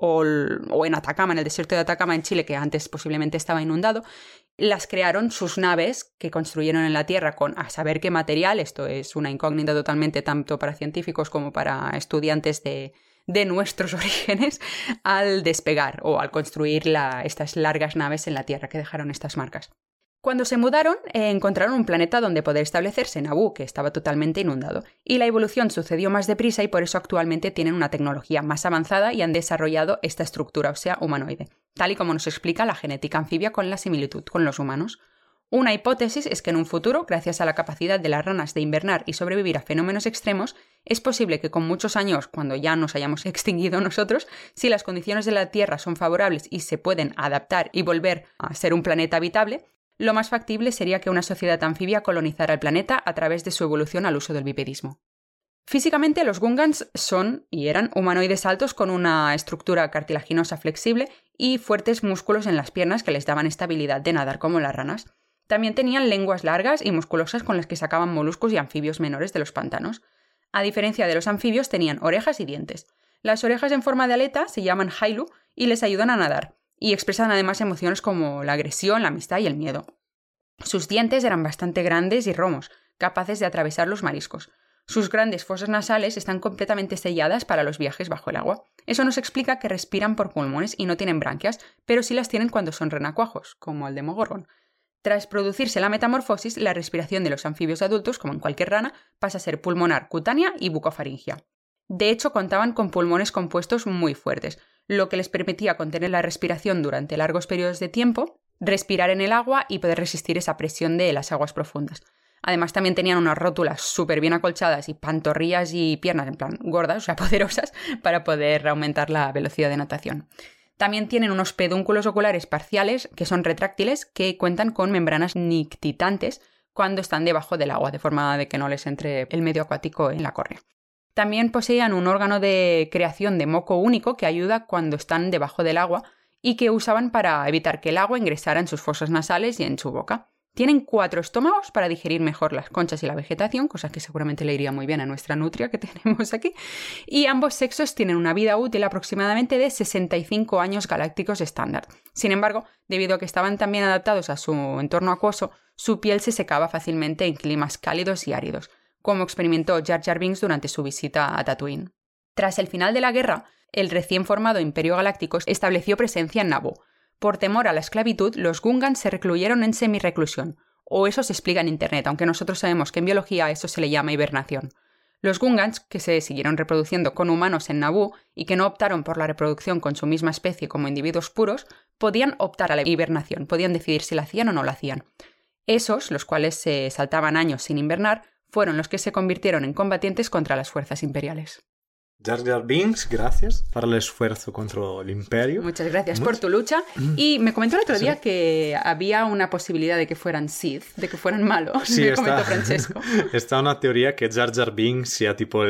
o en Atacama, en el desierto de Atacama en Chile, que antes posiblemente estaba inundado, las crearon sus naves que construyeron en la Tierra con a saber qué material. Esto es una incógnita totalmente tanto para científicos como para estudiantes de nuestros orígenes, al despegar o al construir estas largas naves en la Tierra que dejaron estas marcas. Cuando se mudaron, encontraron un planeta donde poder establecerse, Naboo, que estaba totalmente inundado. Y la evolución sucedió más deprisa y por eso actualmente tienen una tecnología más avanzada y han desarrollado esta estructura ósea humanoide, tal y como nos explica la genética anfibia con la similitud con los humanos. Una hipótesis es que en un futuro, gracias a la capacidad de las ranas de invernar y sobrevivir a fenómenos extremos, es posible que con muchos años, cuando ya nos hayamos extinguido nosotros, si las condiciones de la Tierra son favorables y se pueden adaptar y volver a ser un planeta habitable, lo más factible sería que una sociedad anfibia colonizara el planeta a través de su evolución al uso del bipedismo. Físicamente, los Gungans son y eran humanoides altos con una estructura cartilaginosa flexible y fuertes músculos en las piernas que les daban estabilidad de nadar como las ranas. También tenían lenguas largas y musculosas con las que sacaban moluscos y anfibios menores de los pantanos. A diferencia de los anfibios, tenían orejas y dientes. Las orejas en forma de aleta se llaman hailu y les ayudan a nadar, y expresan además emociones como la agresión, la amistad y el miedo. Sus dientes eran bastante grandes y romos, capaces de atravesar los mariscos. Sus grandes fosas nasales están completamente selladas para los viajes bajo el agua. Eso nos explica que respiran por pulmones y no tienen branquias, pero sí las tienen cuando son renacuajos, como el Demogorgon. Tras producirse la metamorfosis, la respiración de los anfibios adultos, como en cualquier rana, pasa a ser pulmonar, cutánea y bucofaringea. De hecho, contaban con pulmones compuestos muy fuertes, lo que les permitía contener la respiración durante largos periodos de tiempo, respirar en el agua y poder resistir esa presión de las aguas profundas. Además, también tenían unas rótulas súper bien acolchadas y pantorrillas y piernas en plan gordas, o sea, poderosas, para poder aumentar la velocidad de natación. También tienen unos pedúnculos oculares parciales, que son retráctiles, que cuentan con membranas nictitantes cuando están debajo del agua, de forma de que no les entre el medio acuático en la córnea. También poseían un órgano de creación de moco único que ayuda cuando están debajo del agua y que usaban para evitar que el agua ingresara en sus fosas nasales y en su boca. Tienen 4 estómagos para digerir mejor las conchas y la vegetación, cosa que seguramente le iría muy bien a nuestra nutria que tenemos aquí. Y ambos sexos tienen una vida útil aproximadamente de 65 años galácticos estándar. Sin embargo, debido a que estaban también adaptados a su entorno acuoso, su piel se secaba fácilmente en climas cálidos y áridos, como experimentó Jar Jar Binks durante su visita a Tatooine. Tras el final de la guerra, el recién formado Imperio Galáctico estableció presencia en Naboo. Por temor a la esclavitud, los Gungans se recluyeron en semi-reclusión, o eso se explica en Internet, aunque nosotros sabemos que en biología a eso se le llama hibernación. Los Gungans, que se siguieron reproduciendo con humanos en Naboo y que no optaron por la reproducción con su misma especie como individuos puros, podían optar a la hibernación, podían decidir si la hacían o no la hacían. Esos, los cuales se saltaban años sin invernar, fueron los que se convirtieron en combatientes contra las fuerzas imperiales. Jar Jar Binks, gracias por el esfuerzo contra el Imperio. Muchas gracias por tu lucha. Y me comentó el otro día que había una posibilidad de que fueran Sith, de que fueran malos. Sí, me comentó Francesco. Está una teoría que Jar Jar Binks sea tipo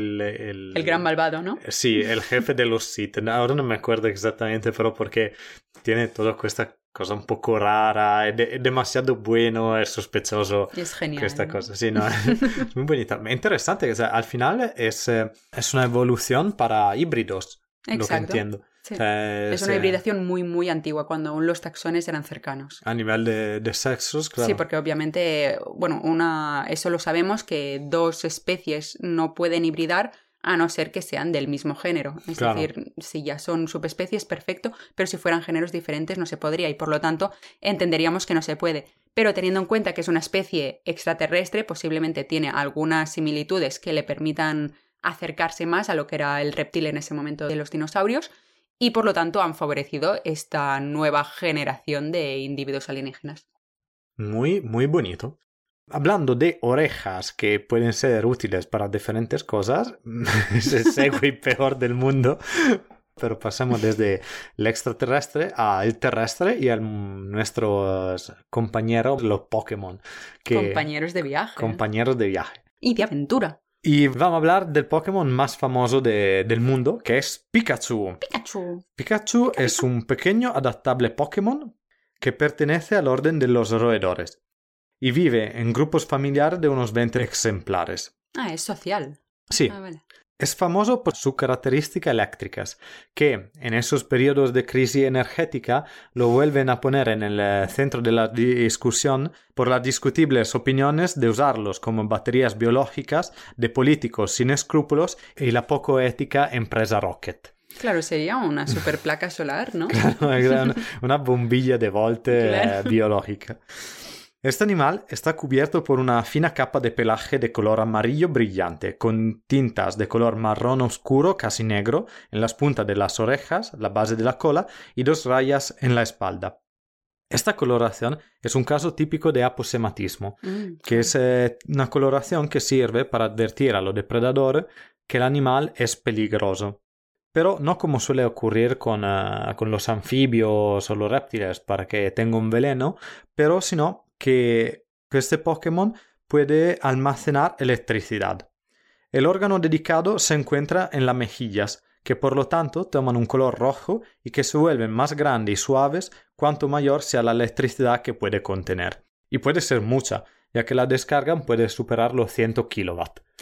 el gran malvado, ¿no? Sí, el jefe de los Sith. Ahora no me acuerdo exactamente, pero porque tiene toda esta cosa un poco rara, es demasiado bueno, es sospechoso. Y es genial. Esta cosa, sí, no, es muy bonita. Interesante, o sea, al final es una evolución para híbridos, exacto, lo que entiendo. Sí. Es una hibridación muy, muy antigua, cuando aún los taxones eran cercanos. A nivel de sexos, claro. Sí, porque obviamente, bueno, eso lo sabemos, que 2 especies no pueden hibridar a no ser que sean del mismo género. Es decir, si ya son subespecies, perfecto, pero si fueran géneros diferentes no se podría y por lo tanto entenderíamos que no se puede. Pero teniendo en cuenta que es una especie extraterrestre, posiblemente tiene algunas similitudes que le permitan acercarse más a lo que era el reptil en ese momento de los dinosaurios y por lo tanto han favorecido esta nueva generación de individuos alienígenas. Muy, muy bonito. Hablando de orejas que pueden ser útiles para diferentes cosas, es el segue peor del mundo, pero pasamos desde el extraterrestre al terrestre y a nuestros compañeros, los Pokémon. Compañeros de viaje. Compañeros de viaje. Y de aventura. Y vamos a hablar del Pokémon más famoso del mundo, que es Pikachu. Pikachu es un pequeño adaptable Pokémon que pertenece al orden de los roedores. y vive en grupos familiares de unos 20 ejemplares. Ah, es social. Sí. Ah, vale. Es famoso por sus características eléctricas, que en esos periodos de crisis energética lo vuelven a poner en el centro de la discusión por las discutibles opiniones de usarlos como baterías biológicas de políticos sin escrúpulos y la poco ética empresa Rocket. Claro, sería una super placa solar, ¿no? Claro, una bombilla de volte Claro. biológica. Este animal está cubierto por una fina capa de pelaje de color amarillo brillante, con tintas de color marrón oscuro, casi negro, en las puntas de las orejas, la base de la cola y 2 rayas en la espalda. Esta coloración es un caso típico de aposematismo, que es una coloración que sirve para advertir a los depredadores que el animal es peligroso. Pero no como suele ocurrir con los anfibios o los reptiles para que tenga un veneno, pero sino que este Pokémon puede almacenar electricidad. El órgano dedicado se encuentra en las mejillas, que por lo tanto toman un color rojo y que se vuelven más grandes y suaves cuanto mayor sea la electricidad que puede contener. Y puede ser mucha, ya que la descarga puede superar los 100 kW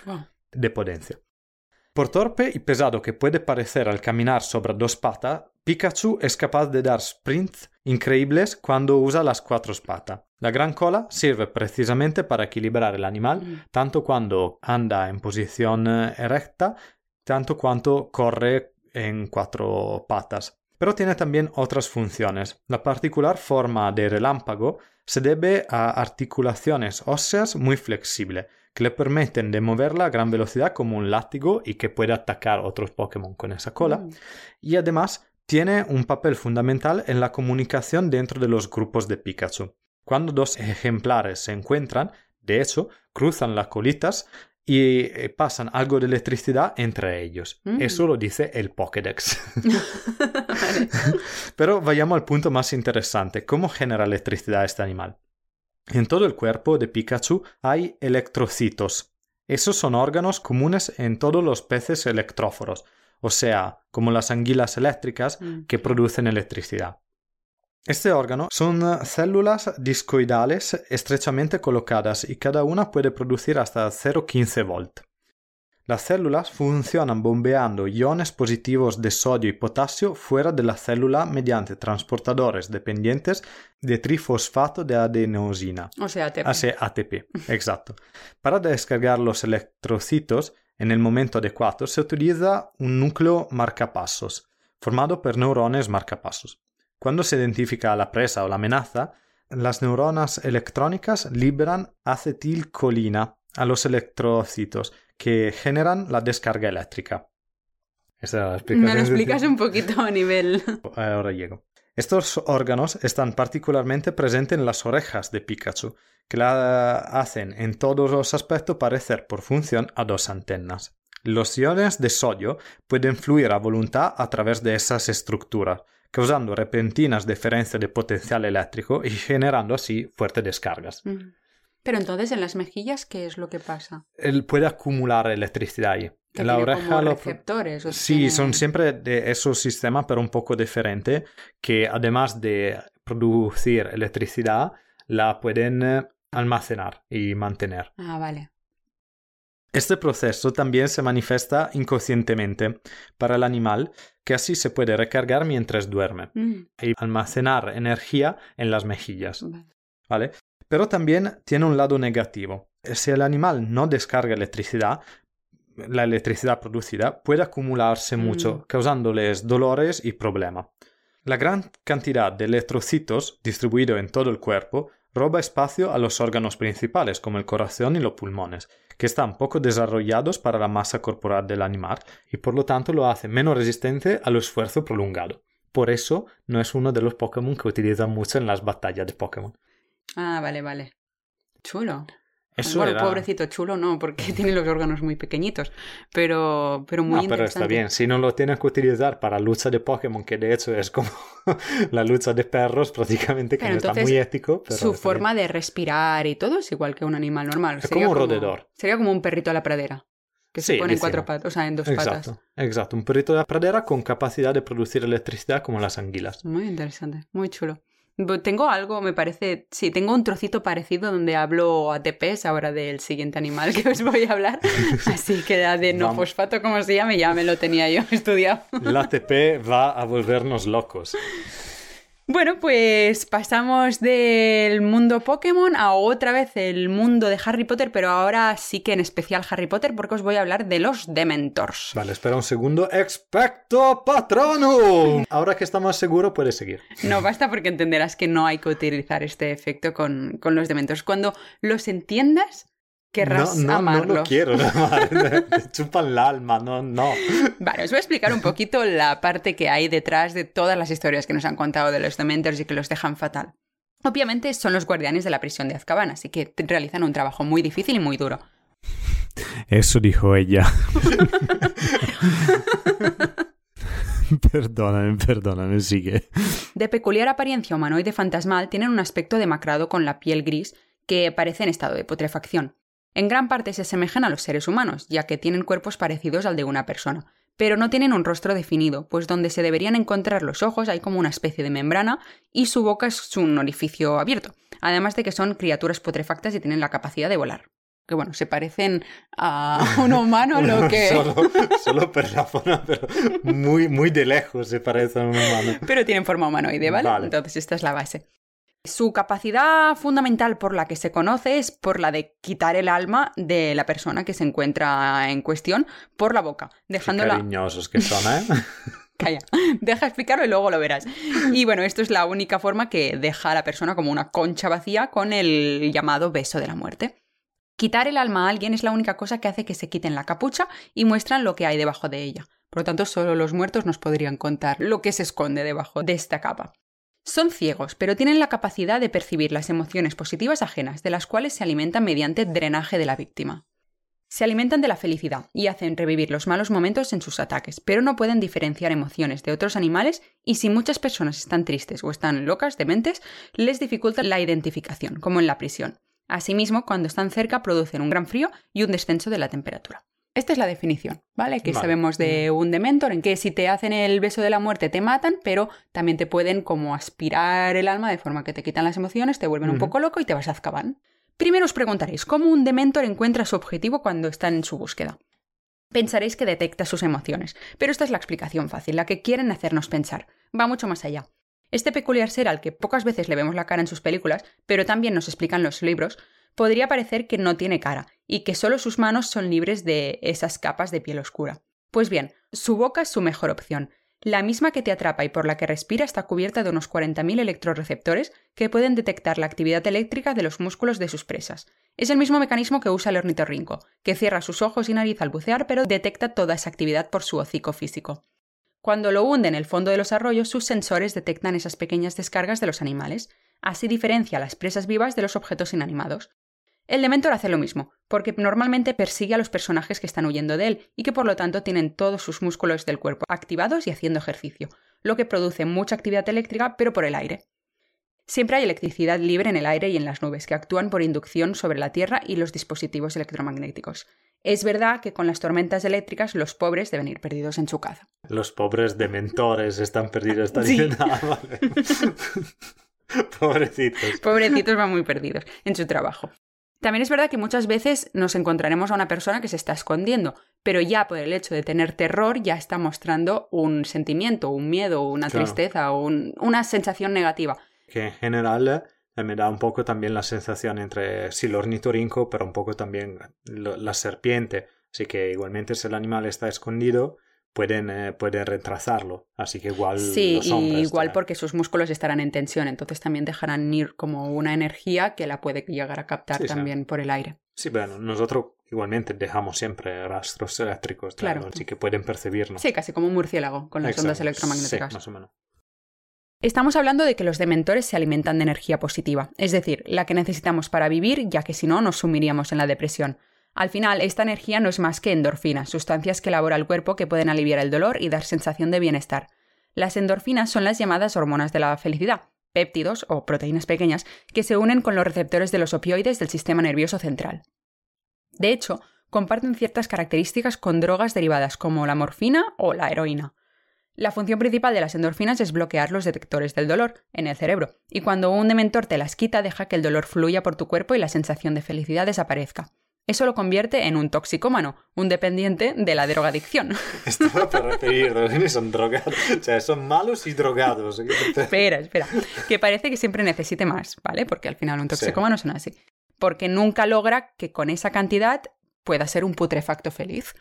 de potencia. Por torpe y pesado que puede parecer al caminar sobre 2 patas, Pikachu es capaz de dar sprints increíbles cuando usa las 4 patas. La gran cola sirve precisamente para equilibrar el animal, tanto cuando anda en posición erecta, tanto cuanto corre en 4 patas. Pero tiene también otras funciones. La particular forma de relámpago se debe a articulaciones óseas muy flexibles, que le permiten de moverla a gran velocidad como un látigo y que puede atacar otros Pokémon con esa cola. Y además tiene un papel fundamental en la comunicación dentro de los grupos de Pikachu. Cuando 2 ejemplares se encuentran, de hecho, cruzan las colitas y pasan algo de electricidad entre ellos. Eso lo dice el Pokédex. Vale. Pero vayamos al punto más interesante. ¿Cómo genera electricidad este animal? En todo el cuerpo de Pikachu hay electrocitos. Esos son órganos comunes en todos los peces electróforos, o sea, como las anguilas eléctricas que producen electricidad. Este órgano son células discoidales estrechamente colocadas y cada una puede producir hasta 0,15 volt. Las células funcionan bombeando iones positivos de sodio y potasio fuera de la célula mediante transportadores dependientes de trifosfato de adenosina. O sea, ATP. ATP, exacto. Para descargar los electrocitos en el momento adecuado se utiliza un núcleo marcapasos, formado por neurones marcapasos. Cuando se identifica a la presa o la amenaza, las neuronas electrónicas liberan acetilcolina a los electrocitos, que generan la descarga eléctrica. Esa es la explicación. Me lo explicas un poquito a nivel... Ahora llego. Estos órganos están particularmente presentes en las orejas de Pikachu, que la hacen en todos los aspectos parecer por función a 2 antenas. Los iones de sodio pueden fluir a voluntad a través de esas estructuras, causando repentinas diferencias de potencial eléctrico y generando así fuertes descargas. Pero entonces, en las mejillas, ¿qué es lo que pasa? Él puede acumular electricidad ahí. En la oreja como receptores. Sí, son siempre de esos sistemas, pero un poco diferentes, que además de producir electricidad, la pueden almacenar y mantener. Ah, vale. Este proceso también se manifiesta inconscientemente para el animal, que así se puede recargar mientras duerme y almacenar energía en las mejillas. ¿Vale? Pero también tiene un lado negativo. Si el animal no descarga electricidad, la electricidad producida puede acumularse mucho, causándoles dolores y problemas. La gran cantidad de electrocitos distribuidos en todo el cuerpo roba espacio a los órganos principales, como el corazón y los pulmones, que están poco desarrollados para la masa corporal del animal y por lo tanto lo hace menos resistente al esfuerzo prolongado. Por eso no es uno de los Pokémon que utilizan mucho en las batallas de Pokémon. Ah, vale, vale. Chulo. Eso bueno, era... pobrecito, chulo no, porque tiene los órganos muy pequeñitos, pero muy interesante. Pero está bien, si no lo tienes que utilizar para lucha de Pokémon, que de hecho es como la lucha de perros prácticamente, que pero no está muy ético. Pero su forma de respirar y todo es igual que un animal normal. Es como un roedor. Sería como un perrito a la pradera, que se pone en 4 patas, o sea, en 2 patas. Exacto, un perrito de la pradera con capacidad de producir electricidad como las anguilas. Muy interesante, muy chulo. Tengo algo, me parece... Sí, tengo un trocito parecido donde hablo ATPs ahora del siguiente animal que os voy a hablar. Así que la de no fosfato, como se llame, ya me lo tenía yo estudiado. El ATP va a volvernos locos. Bueno, pues pasamos del mundo Pokémon a otra vez el mundo de Harry Potter, pero ahora sí que en especial Harry Potter, porque os voy a hablar de los Dementors. Vale, espera un segundo. ¡Expecto Patronum! Ahora que está más seguro, puedes seguir. No basta, porque entenderás que no hay que utilizar este efecto con los Dementors. Cuando los entiendas, querrás amarlos. No lo quiero amar. Te chupan el alma, no. Vale, os voy a explicar un poquito la parte que hay detrás de todas las historias que nos han contado de los Dementors y que los dejan fatal. Obviamente son los guardianes de la prisión de Azkaban, así que realizan un trabajo muy difícil y muy duro. Eso dijo ella. Perdóname, sigue. De peculiar apariencia humanoide fantasmal, tienen un aspecto demacrado con la piel gris que parece en estado de putrefacción. En gran parte se asemejan a los seres humanos, ya que tienen cuerpos parecidos al de una persona, pero no tienen un rostro definido, pues donde se deberían encontrar los ojos hay como una especie de membrana y su boca es un orificio abierto, además de que son criaturas putrefactas y tienen la capacidad de volar. Que bueno, se parecen a un humano, lo que... Solo por la forma, pero muy de lejos se parecen a un humano. Pero tienen forma humanoide, ¿vale? Entonces esta es la base. Su capacidad fundamental por la que se conoce es por la de quitar el alma de la persona que se encuentra en cuestión por la boca, dejándola... Qué cariñosos que son, ¿eh? Calla, deja explicarlo y luego lo verás. Y bueno, esto es la única forma que deja a la persona como una concha vacía con el llamado beso de la muerte. Quitar el alma a alguien es la única cosa que hace que se quiten la capucha y muestran lo que hay debajo de ella. Por lo tanto, solo los muertos nos podrían contar lo que se esconde debajo de esta capa. Son ciegos, pero tienen la capacidad de percibir las emociones positivas ajenas, de las cuales se alimentan mediante drenaje de la víctima. Se alimentan de la felicidad y hacen revivir los malos momentos en sus ataques, pero no pueden diferenciar emociones de otros animales y si muchas personas están tristes o están locas, dementes, les dificulta la identificación, como en la prisión. Asimismo, cuando están cerca producen un gran frío y un descenso de la temperatura. Esta es la definición, ¿vale? Que sabemos de un Dementor, en que si te hacen el beso de la muerte te matan, pero también te pueden como aspirar el alma de forma que te quitan las emociones, te vuelven un poco loco y te vas a Azkaban. Primero os preguntaréis, ¿cómo un Dementor encuentra su objetivo cuando está en su búsqueda? Pensaréis que detecta sus emociones, pero esta es la explicación fácil, la que quieren hacernos pensar. Va mucho más allá. Este peculiar ser al que pocas veces le vemos la cara en sus películas, pero también nos explican los libros, podría parecer que no tiene cara y que solo sus manos son libres de esas capas de piel oscura. Pues bien, su boca es su mejor opción. La misma que te atrapa y por la que respira está cubierta de unos 40.000 electrorreceptores que pueden detectar la actividad eléctrica de los músculos de sus presas. Es el mismo mecanismo que usa el ornitorrinco, que cierra sus ojos y nariz al bucear pero detecta toda esa actividad por su hocico físico. Cuando lo hunde en el fondo de los arroyos, sus sensores detectan esas pequeñas descargas de los animales. Así diferencia las presas vivas de los objetos inanimados. El Dementor hace lo mismo, porque normalmente persigue a los personajes que están huyendo de él y que por lo tanto tienen todos sus músculos del cuerpo activados y haciendo ejercicio, lo que produce mucha actividad eléctrica pero por el aire. Siempre hay electricidad libre en el aire y en las nubes, que actúan por inducción sobre la Tierra y los dispositivos electromagnéticos. Es verdad que con las tormentas eléctricas los pobres deben ir perdidos en su caza. Los pobres Dementores están perdidos Sí. también. Vale. Pobrecitos. Pobrecitos van muy perdidos en su trabajo. También es verdad que muchas veces nos encontraremos a una persona que se está escondiendo, pero ya por el hecho de tener terror ya está mostrando un sentimiento, un miedo, una tristeza, una sensación negativa. Que en general me da un poco también la sensación entre el ornitorrinco, pero un poco también la serpiente. Así que igualmente si el animal está escondido, pueden retrasarlo. Así que igual sí, los hombres... Sí, igual porque sus músculos estarán en tensión, entonces también dejarán ir como una energía que la puede llegar a captar también por el aire. Sí, bueno, nosotros igualmente dejamos siempre rastros eléctricos, claro, así que pueden percibirnos. Sí, casi como un murciélago con las ondas electromagnéticas. Sí, más o menos. Estamos hablando de que los dementores se alimentan de energía positiva, es decir, la que necesitamos para vivir, ya que si no nos sumiríamos en la depresión. Al final, esta energía no es más que endorfinas, sustancias que elabora el cuerpo que pueden aliviar el dolor y dar sensación de bienestar. Las endorfinas son las llamadas hormonas de la felicidad, péptidos o proteínas pequeñas que se unen con los receptores de los opioides del sistema nervioso central. De hecho, comparten ciertas características con drogas derivadas como la morfina o la heroína. La función principal de las endorfinas es bloquear los detectores del dolor en el cerebro, y cuando un dementor te las quita deja que el dolor fluya por tu cuerpo y la sensación de felicidad desaparezca. Eso lo convierte en un toxicómano, un dependiente de la drogadicción. Estaba para referir, son drogados, o sea, son malos y drogados. Espera, que parece que siempre necesite más, ¿vale? Porque al final un toxicómano son así. Porque nunca logra que con esa cantidad pueda ser un putrefacto feliz.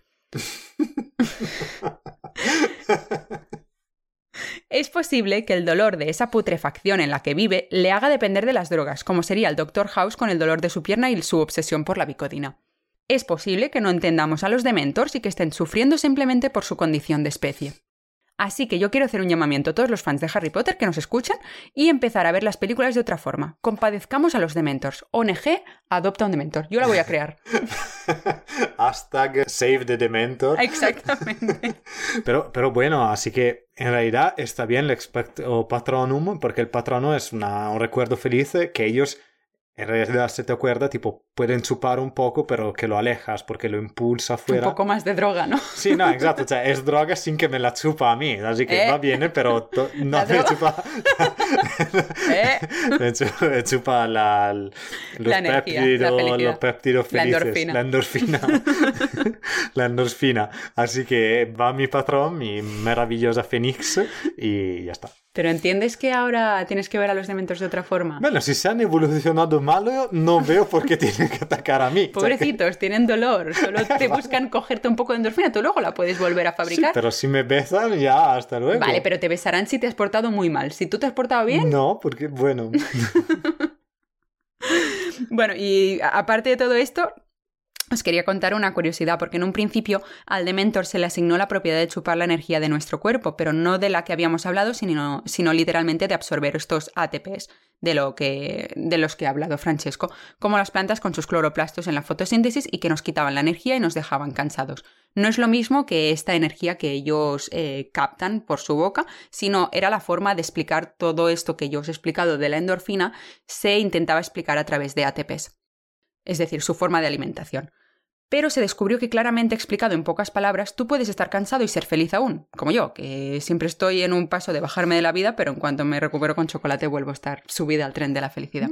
Es posible que el dolor de esa putrefacción en la que vive le haga depender de las drogas, como sería el Dr. House con el dolor de su pierna y su obsesión por la Vicodina. Es posible que no entendamos a los dementors y que estén sufriendo simplemente por su condición de especie. Así que yo quiero hacer un llamamiento a todos los fans de Harry Potter que nos escuchan y empezar a ver las películas de otra forma. Compadezcamos a los dementors. ONG, adopta un dementor. Yo la voy a crear. Hashtag Save the Dementor. Exactamente. Pero bueno, así que en realidad está bien el expecto patronum, porque el patrono es un recuerdo feliz que ellos en realidad se te acuerda, tipo, pueden chupar un poco, pero que lo alejas porque lo impulsa fuera. Un poco más de droga, ¿no? Sí, no, exacto, o sea, es droga sin que me la chupa a mí, así que va bien, pero no me chupa... me chupa los péptidos felices, la endorfina. La endorfina. Así que va mi patrón, mi maravillosa Fénix, y ya está. ¿Pero entiendes que ahora tienes que ver a los dementors de otra forma? Bueno, si se han evolucionado mal, no veo por qué tienen que atacar a mí. Pobrecitos, tienen dolor. Solo te buscan cogerte un poco de endorfina. Tú luego la puedes volver a fabricar. Sí, pero si me besan, ya, hasta luego. Vale, pero te besarán si te has portado muy mal. Si tú te has portado bien... No, porque, bueno... Bueno, y aparte de todo esto... Os quería contar una curiosidad, porque en un principio al Dementor se le asignó la propiedad de chupar la energía de nuestro cuerpo, pero no de la que habíamos hablado, sino literalmente de absorber estos ATPs de los que ha hablado Francesco, como las plantas con sus cloroplastos en la fotosíntesis y que nos quitaban la energía y nos dejaban cansados. No es lo mismo que esta energía que ellos captan por su boca, sino era la forma de explicar todo esto que yo os he explicado de la endorfina, se intentaba explicar a través de ATPs. Es decir, su forma de alimentación. Pero se descubrió que claramente explicado en pocas palabras, tú puedes estar cansado y ser feliz aún, como yo, que siempre estoy en un paso de bajarme de la vida, pero en cuanto me recupero con chocolate vuelvo a estar subida al tren de la felicidad.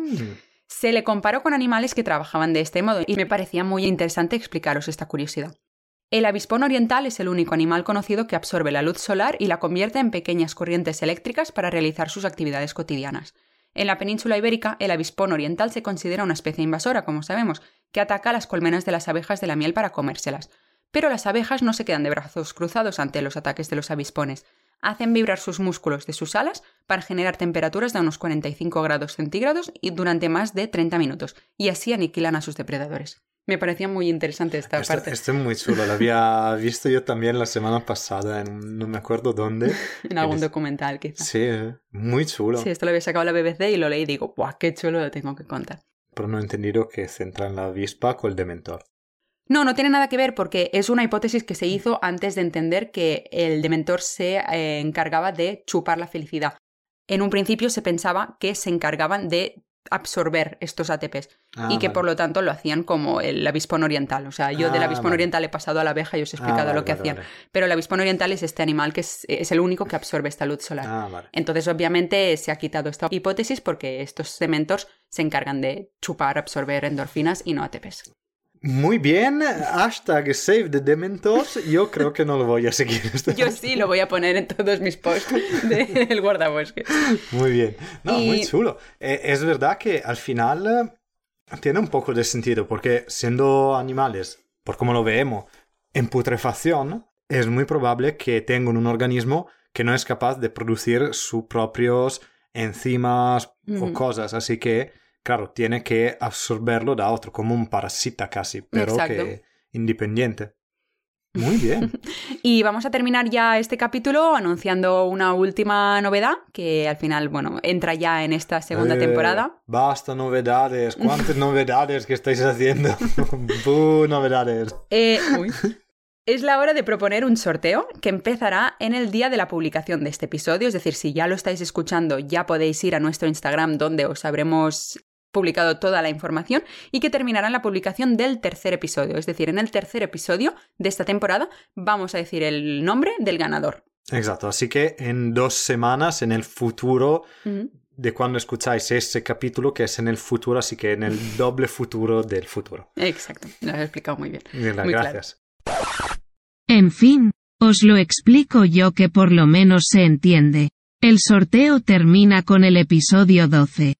Se le comparó con animales que trabajaban de este modo y me parecía muy interesante explicaros esta curiosidad. El avispón oriental es el único animal conocido que absorbe la luz solar y la convierte en pequeñas corrientes eléctricas para realizar sus actividades cotidianas. En la península ibérica, el avispón oriental se considera una especie invasora, como sabemos, que ataca a las colmenas de las abejas de la miel para comérselas. Pero las abejas no se quedan de brazos cruzados ante los ataques de los avispones. Hacen vibrar sus músculos de sus alas para generar temperaturas de unos 45 grados centígrados y durante más de 30 minutos, y así aniquilan a sus depredadores. Me parecía muy interesante esta parte. Esto es muy chulo, lo había visto yo también la semana pasada, no me acuerdo dónde. En algún documental, quizás. Sí, muy chulo. Sí, esto lo había sacado la BBC y lo leí y digo, ¡buah, qué chulo, lo tengo que contar! Pero no he entendido que se entra en la avispa con el dementor. No tiene nada que ver porque es una hipótesis que se hizo antes de entender que el dementor se encargaba de chupar la felicidad. En un principio se pensaba que se encargaban de absorber estos ATPs y que por lo tanto lo hacían como el avispón oriental. O sea, yo del avispón oriental he pasado a la abeja y os he explicado lo que hacían. Pero el avispón oriental es este animal que es el único que absorbe esta luz solar. Entonces, obviamente, se ha quitado esta hipótesis porque estos dementors se encargan de chupar, absorber endorfinas y no ATPs. Muy bien, hashtag Save the Dementors. Yo creo que no lo voy a seguir. Yo sí, lo voy a poner en todos mis posts del guardabosques. Muy bien. Muy chulo. Es verdad que al final tiene un poco de sentido, porque siendo animales, por como lo vemos, en putrefacción, es muy probable que tengan un organismo que no es capaz de producir sus propios enzimas o cosas, así que claro, tiene que absorberlo de otro, como un parásita casi, pero que independiente. Muy bien. Y vamos a terminar ya este capítulo anunciando una última novedad, que al final, bueno, entra ya en esta segunda temporada. Basta novedades. ¿Cuántas novedades que estáis haciendo? Novedades. Es la hora de proponer un sorteo que empezará en el día de la publicación de este episodio, es decir, si ya lo estáis escuchando, ya podéis ir a nuestro Instagram donde os habremos publicado toda la información y que terminará en la publicación del tercer episodio. Es decir, en el tercer episodio de esta temporada vamos a decir el nombre del ganador. Exacto, así que en 2 semanas, en el futuro de cuando escucháis ese capítulo, que es en el futuro, así que en el doble futuro del futuro. Exacto, lo has explicado muy bien. Muy gracias. Claro. En fin, os lo explico yo que por lo menos se entiende. El sorteo termina con el episodio 12.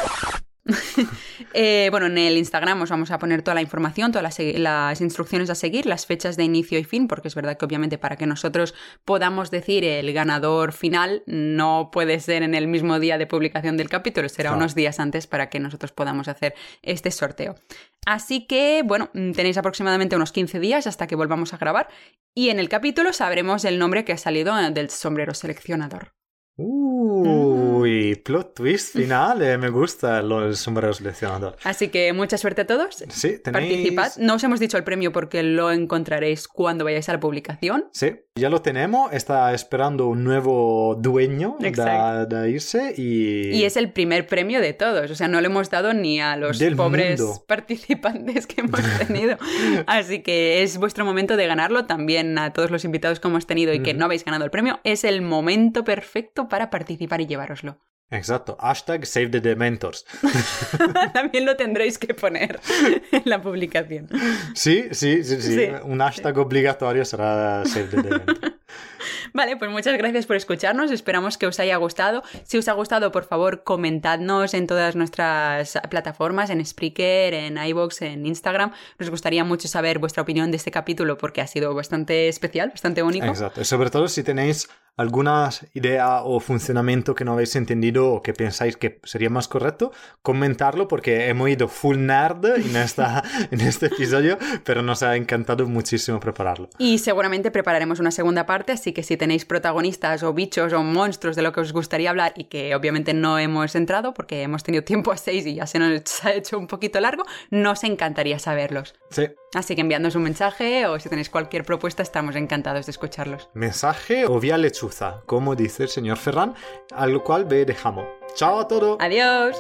Bueno, en el Instagram os vamos a poner toda la información, todas las instrucciones a seguir, las fechas de inicio y fin, porque es verdad que obviamente para que nosotros podamos decir el ganador final no puede ser en el mismo día de publicación del capítulo, será unos días antes para que nosotros podamos hacer este sorteo. Así que, bueno, tenéis aproximadamente unos 15 días hasta que volvamos a grabar y en el capítulo sabremos el nombre que ha salido del sombrero seleccionador. Uy, plot twist final, me gusta el sombrero seleccionador. Así que mucha suerte a todos. Sí, tenéis... Participad. No os hemos dicho el premio porque lo encontraréis cuando vayáis a la publicación. Sí, ya lo tenemos. Está esperando un nuevo dueño de irse y es el primer premio de todos. O sea, no le hemos dado ni a los pobres participantes que hemos tenido. Así que es vuestro momento de ganarlo. También a todos los invitados que hemos tenido y que no habéis ganado el premio. Es el momento perfecto para participar y llevároslo. Exacto. Hashtag Save the Dementors. También lo tendréis que poner en la publicación. Sí. Un hashtag obligatorio será Save the Dementors. Vale, pues muchas gracias por escucharnos. Esperamos que os haya gustado. Si os ha gustado, por favor, comentadnos en todas nuestras plataformas, en Spreaker, en iVoox, en Instagram. Nos gustaría mucho saber vuestra opinión de este capítulo porque ha sido bastante especial, bastante único. Exacto. Y sobre todo si tenéis alguna idea o funcionamiento que no habéis entendido o que pensáis que sería más correcto, comentarlo porque hemos ido full nerd en este episodio, pero nos ha encantado muchísimo prepararlo. Y seguramente prepararemos una segunda parte, así que si tenéis protagonistas o bichos o monstruos de lo que os gustaría hablar y que obviamente no hemos entrado porque hemos tenido tiempo a 6 y ya se nos ha hecho un poquito largo, nos encantaría saberlos. Sí. Así que enviadnos un mensaje o si tenéis cualquier propuesta estamos encantados de escucharlos. Mensaje o vía lechuza, como dice el señor Ferran, a lo cual me dejamos. ¡Chao a todos! ¡Adiós!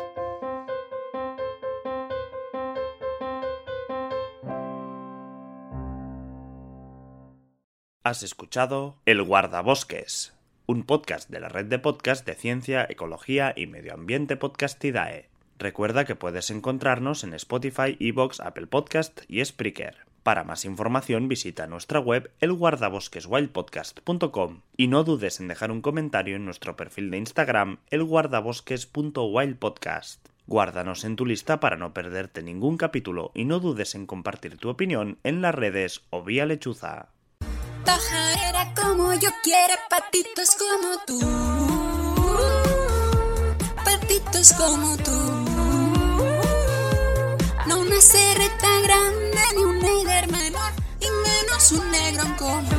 Has escuchado El Guardabosques, un podcast de la red de podcast de ciencia, ecología y medio ambiente Podcastidae. Recuerda que puedes encontrarnos en Spotify, iVoox, Apple Podcast y Spreaker. Para más información visita nuestra web elguardabosqueswildpodcast.com y no dudes en dejar un comentario en nuestro perfil de Instagram elguardabosques.wildpodcast. Guárdanos en tu lista para no perderte ningún capítulo y no dudes en compartir tu opinión en las redes o vía lechuza. Pajarera como yo quiero, patitos como tú. Patitos como tú. No una serreta grande ni un neider menor y menos un negrón como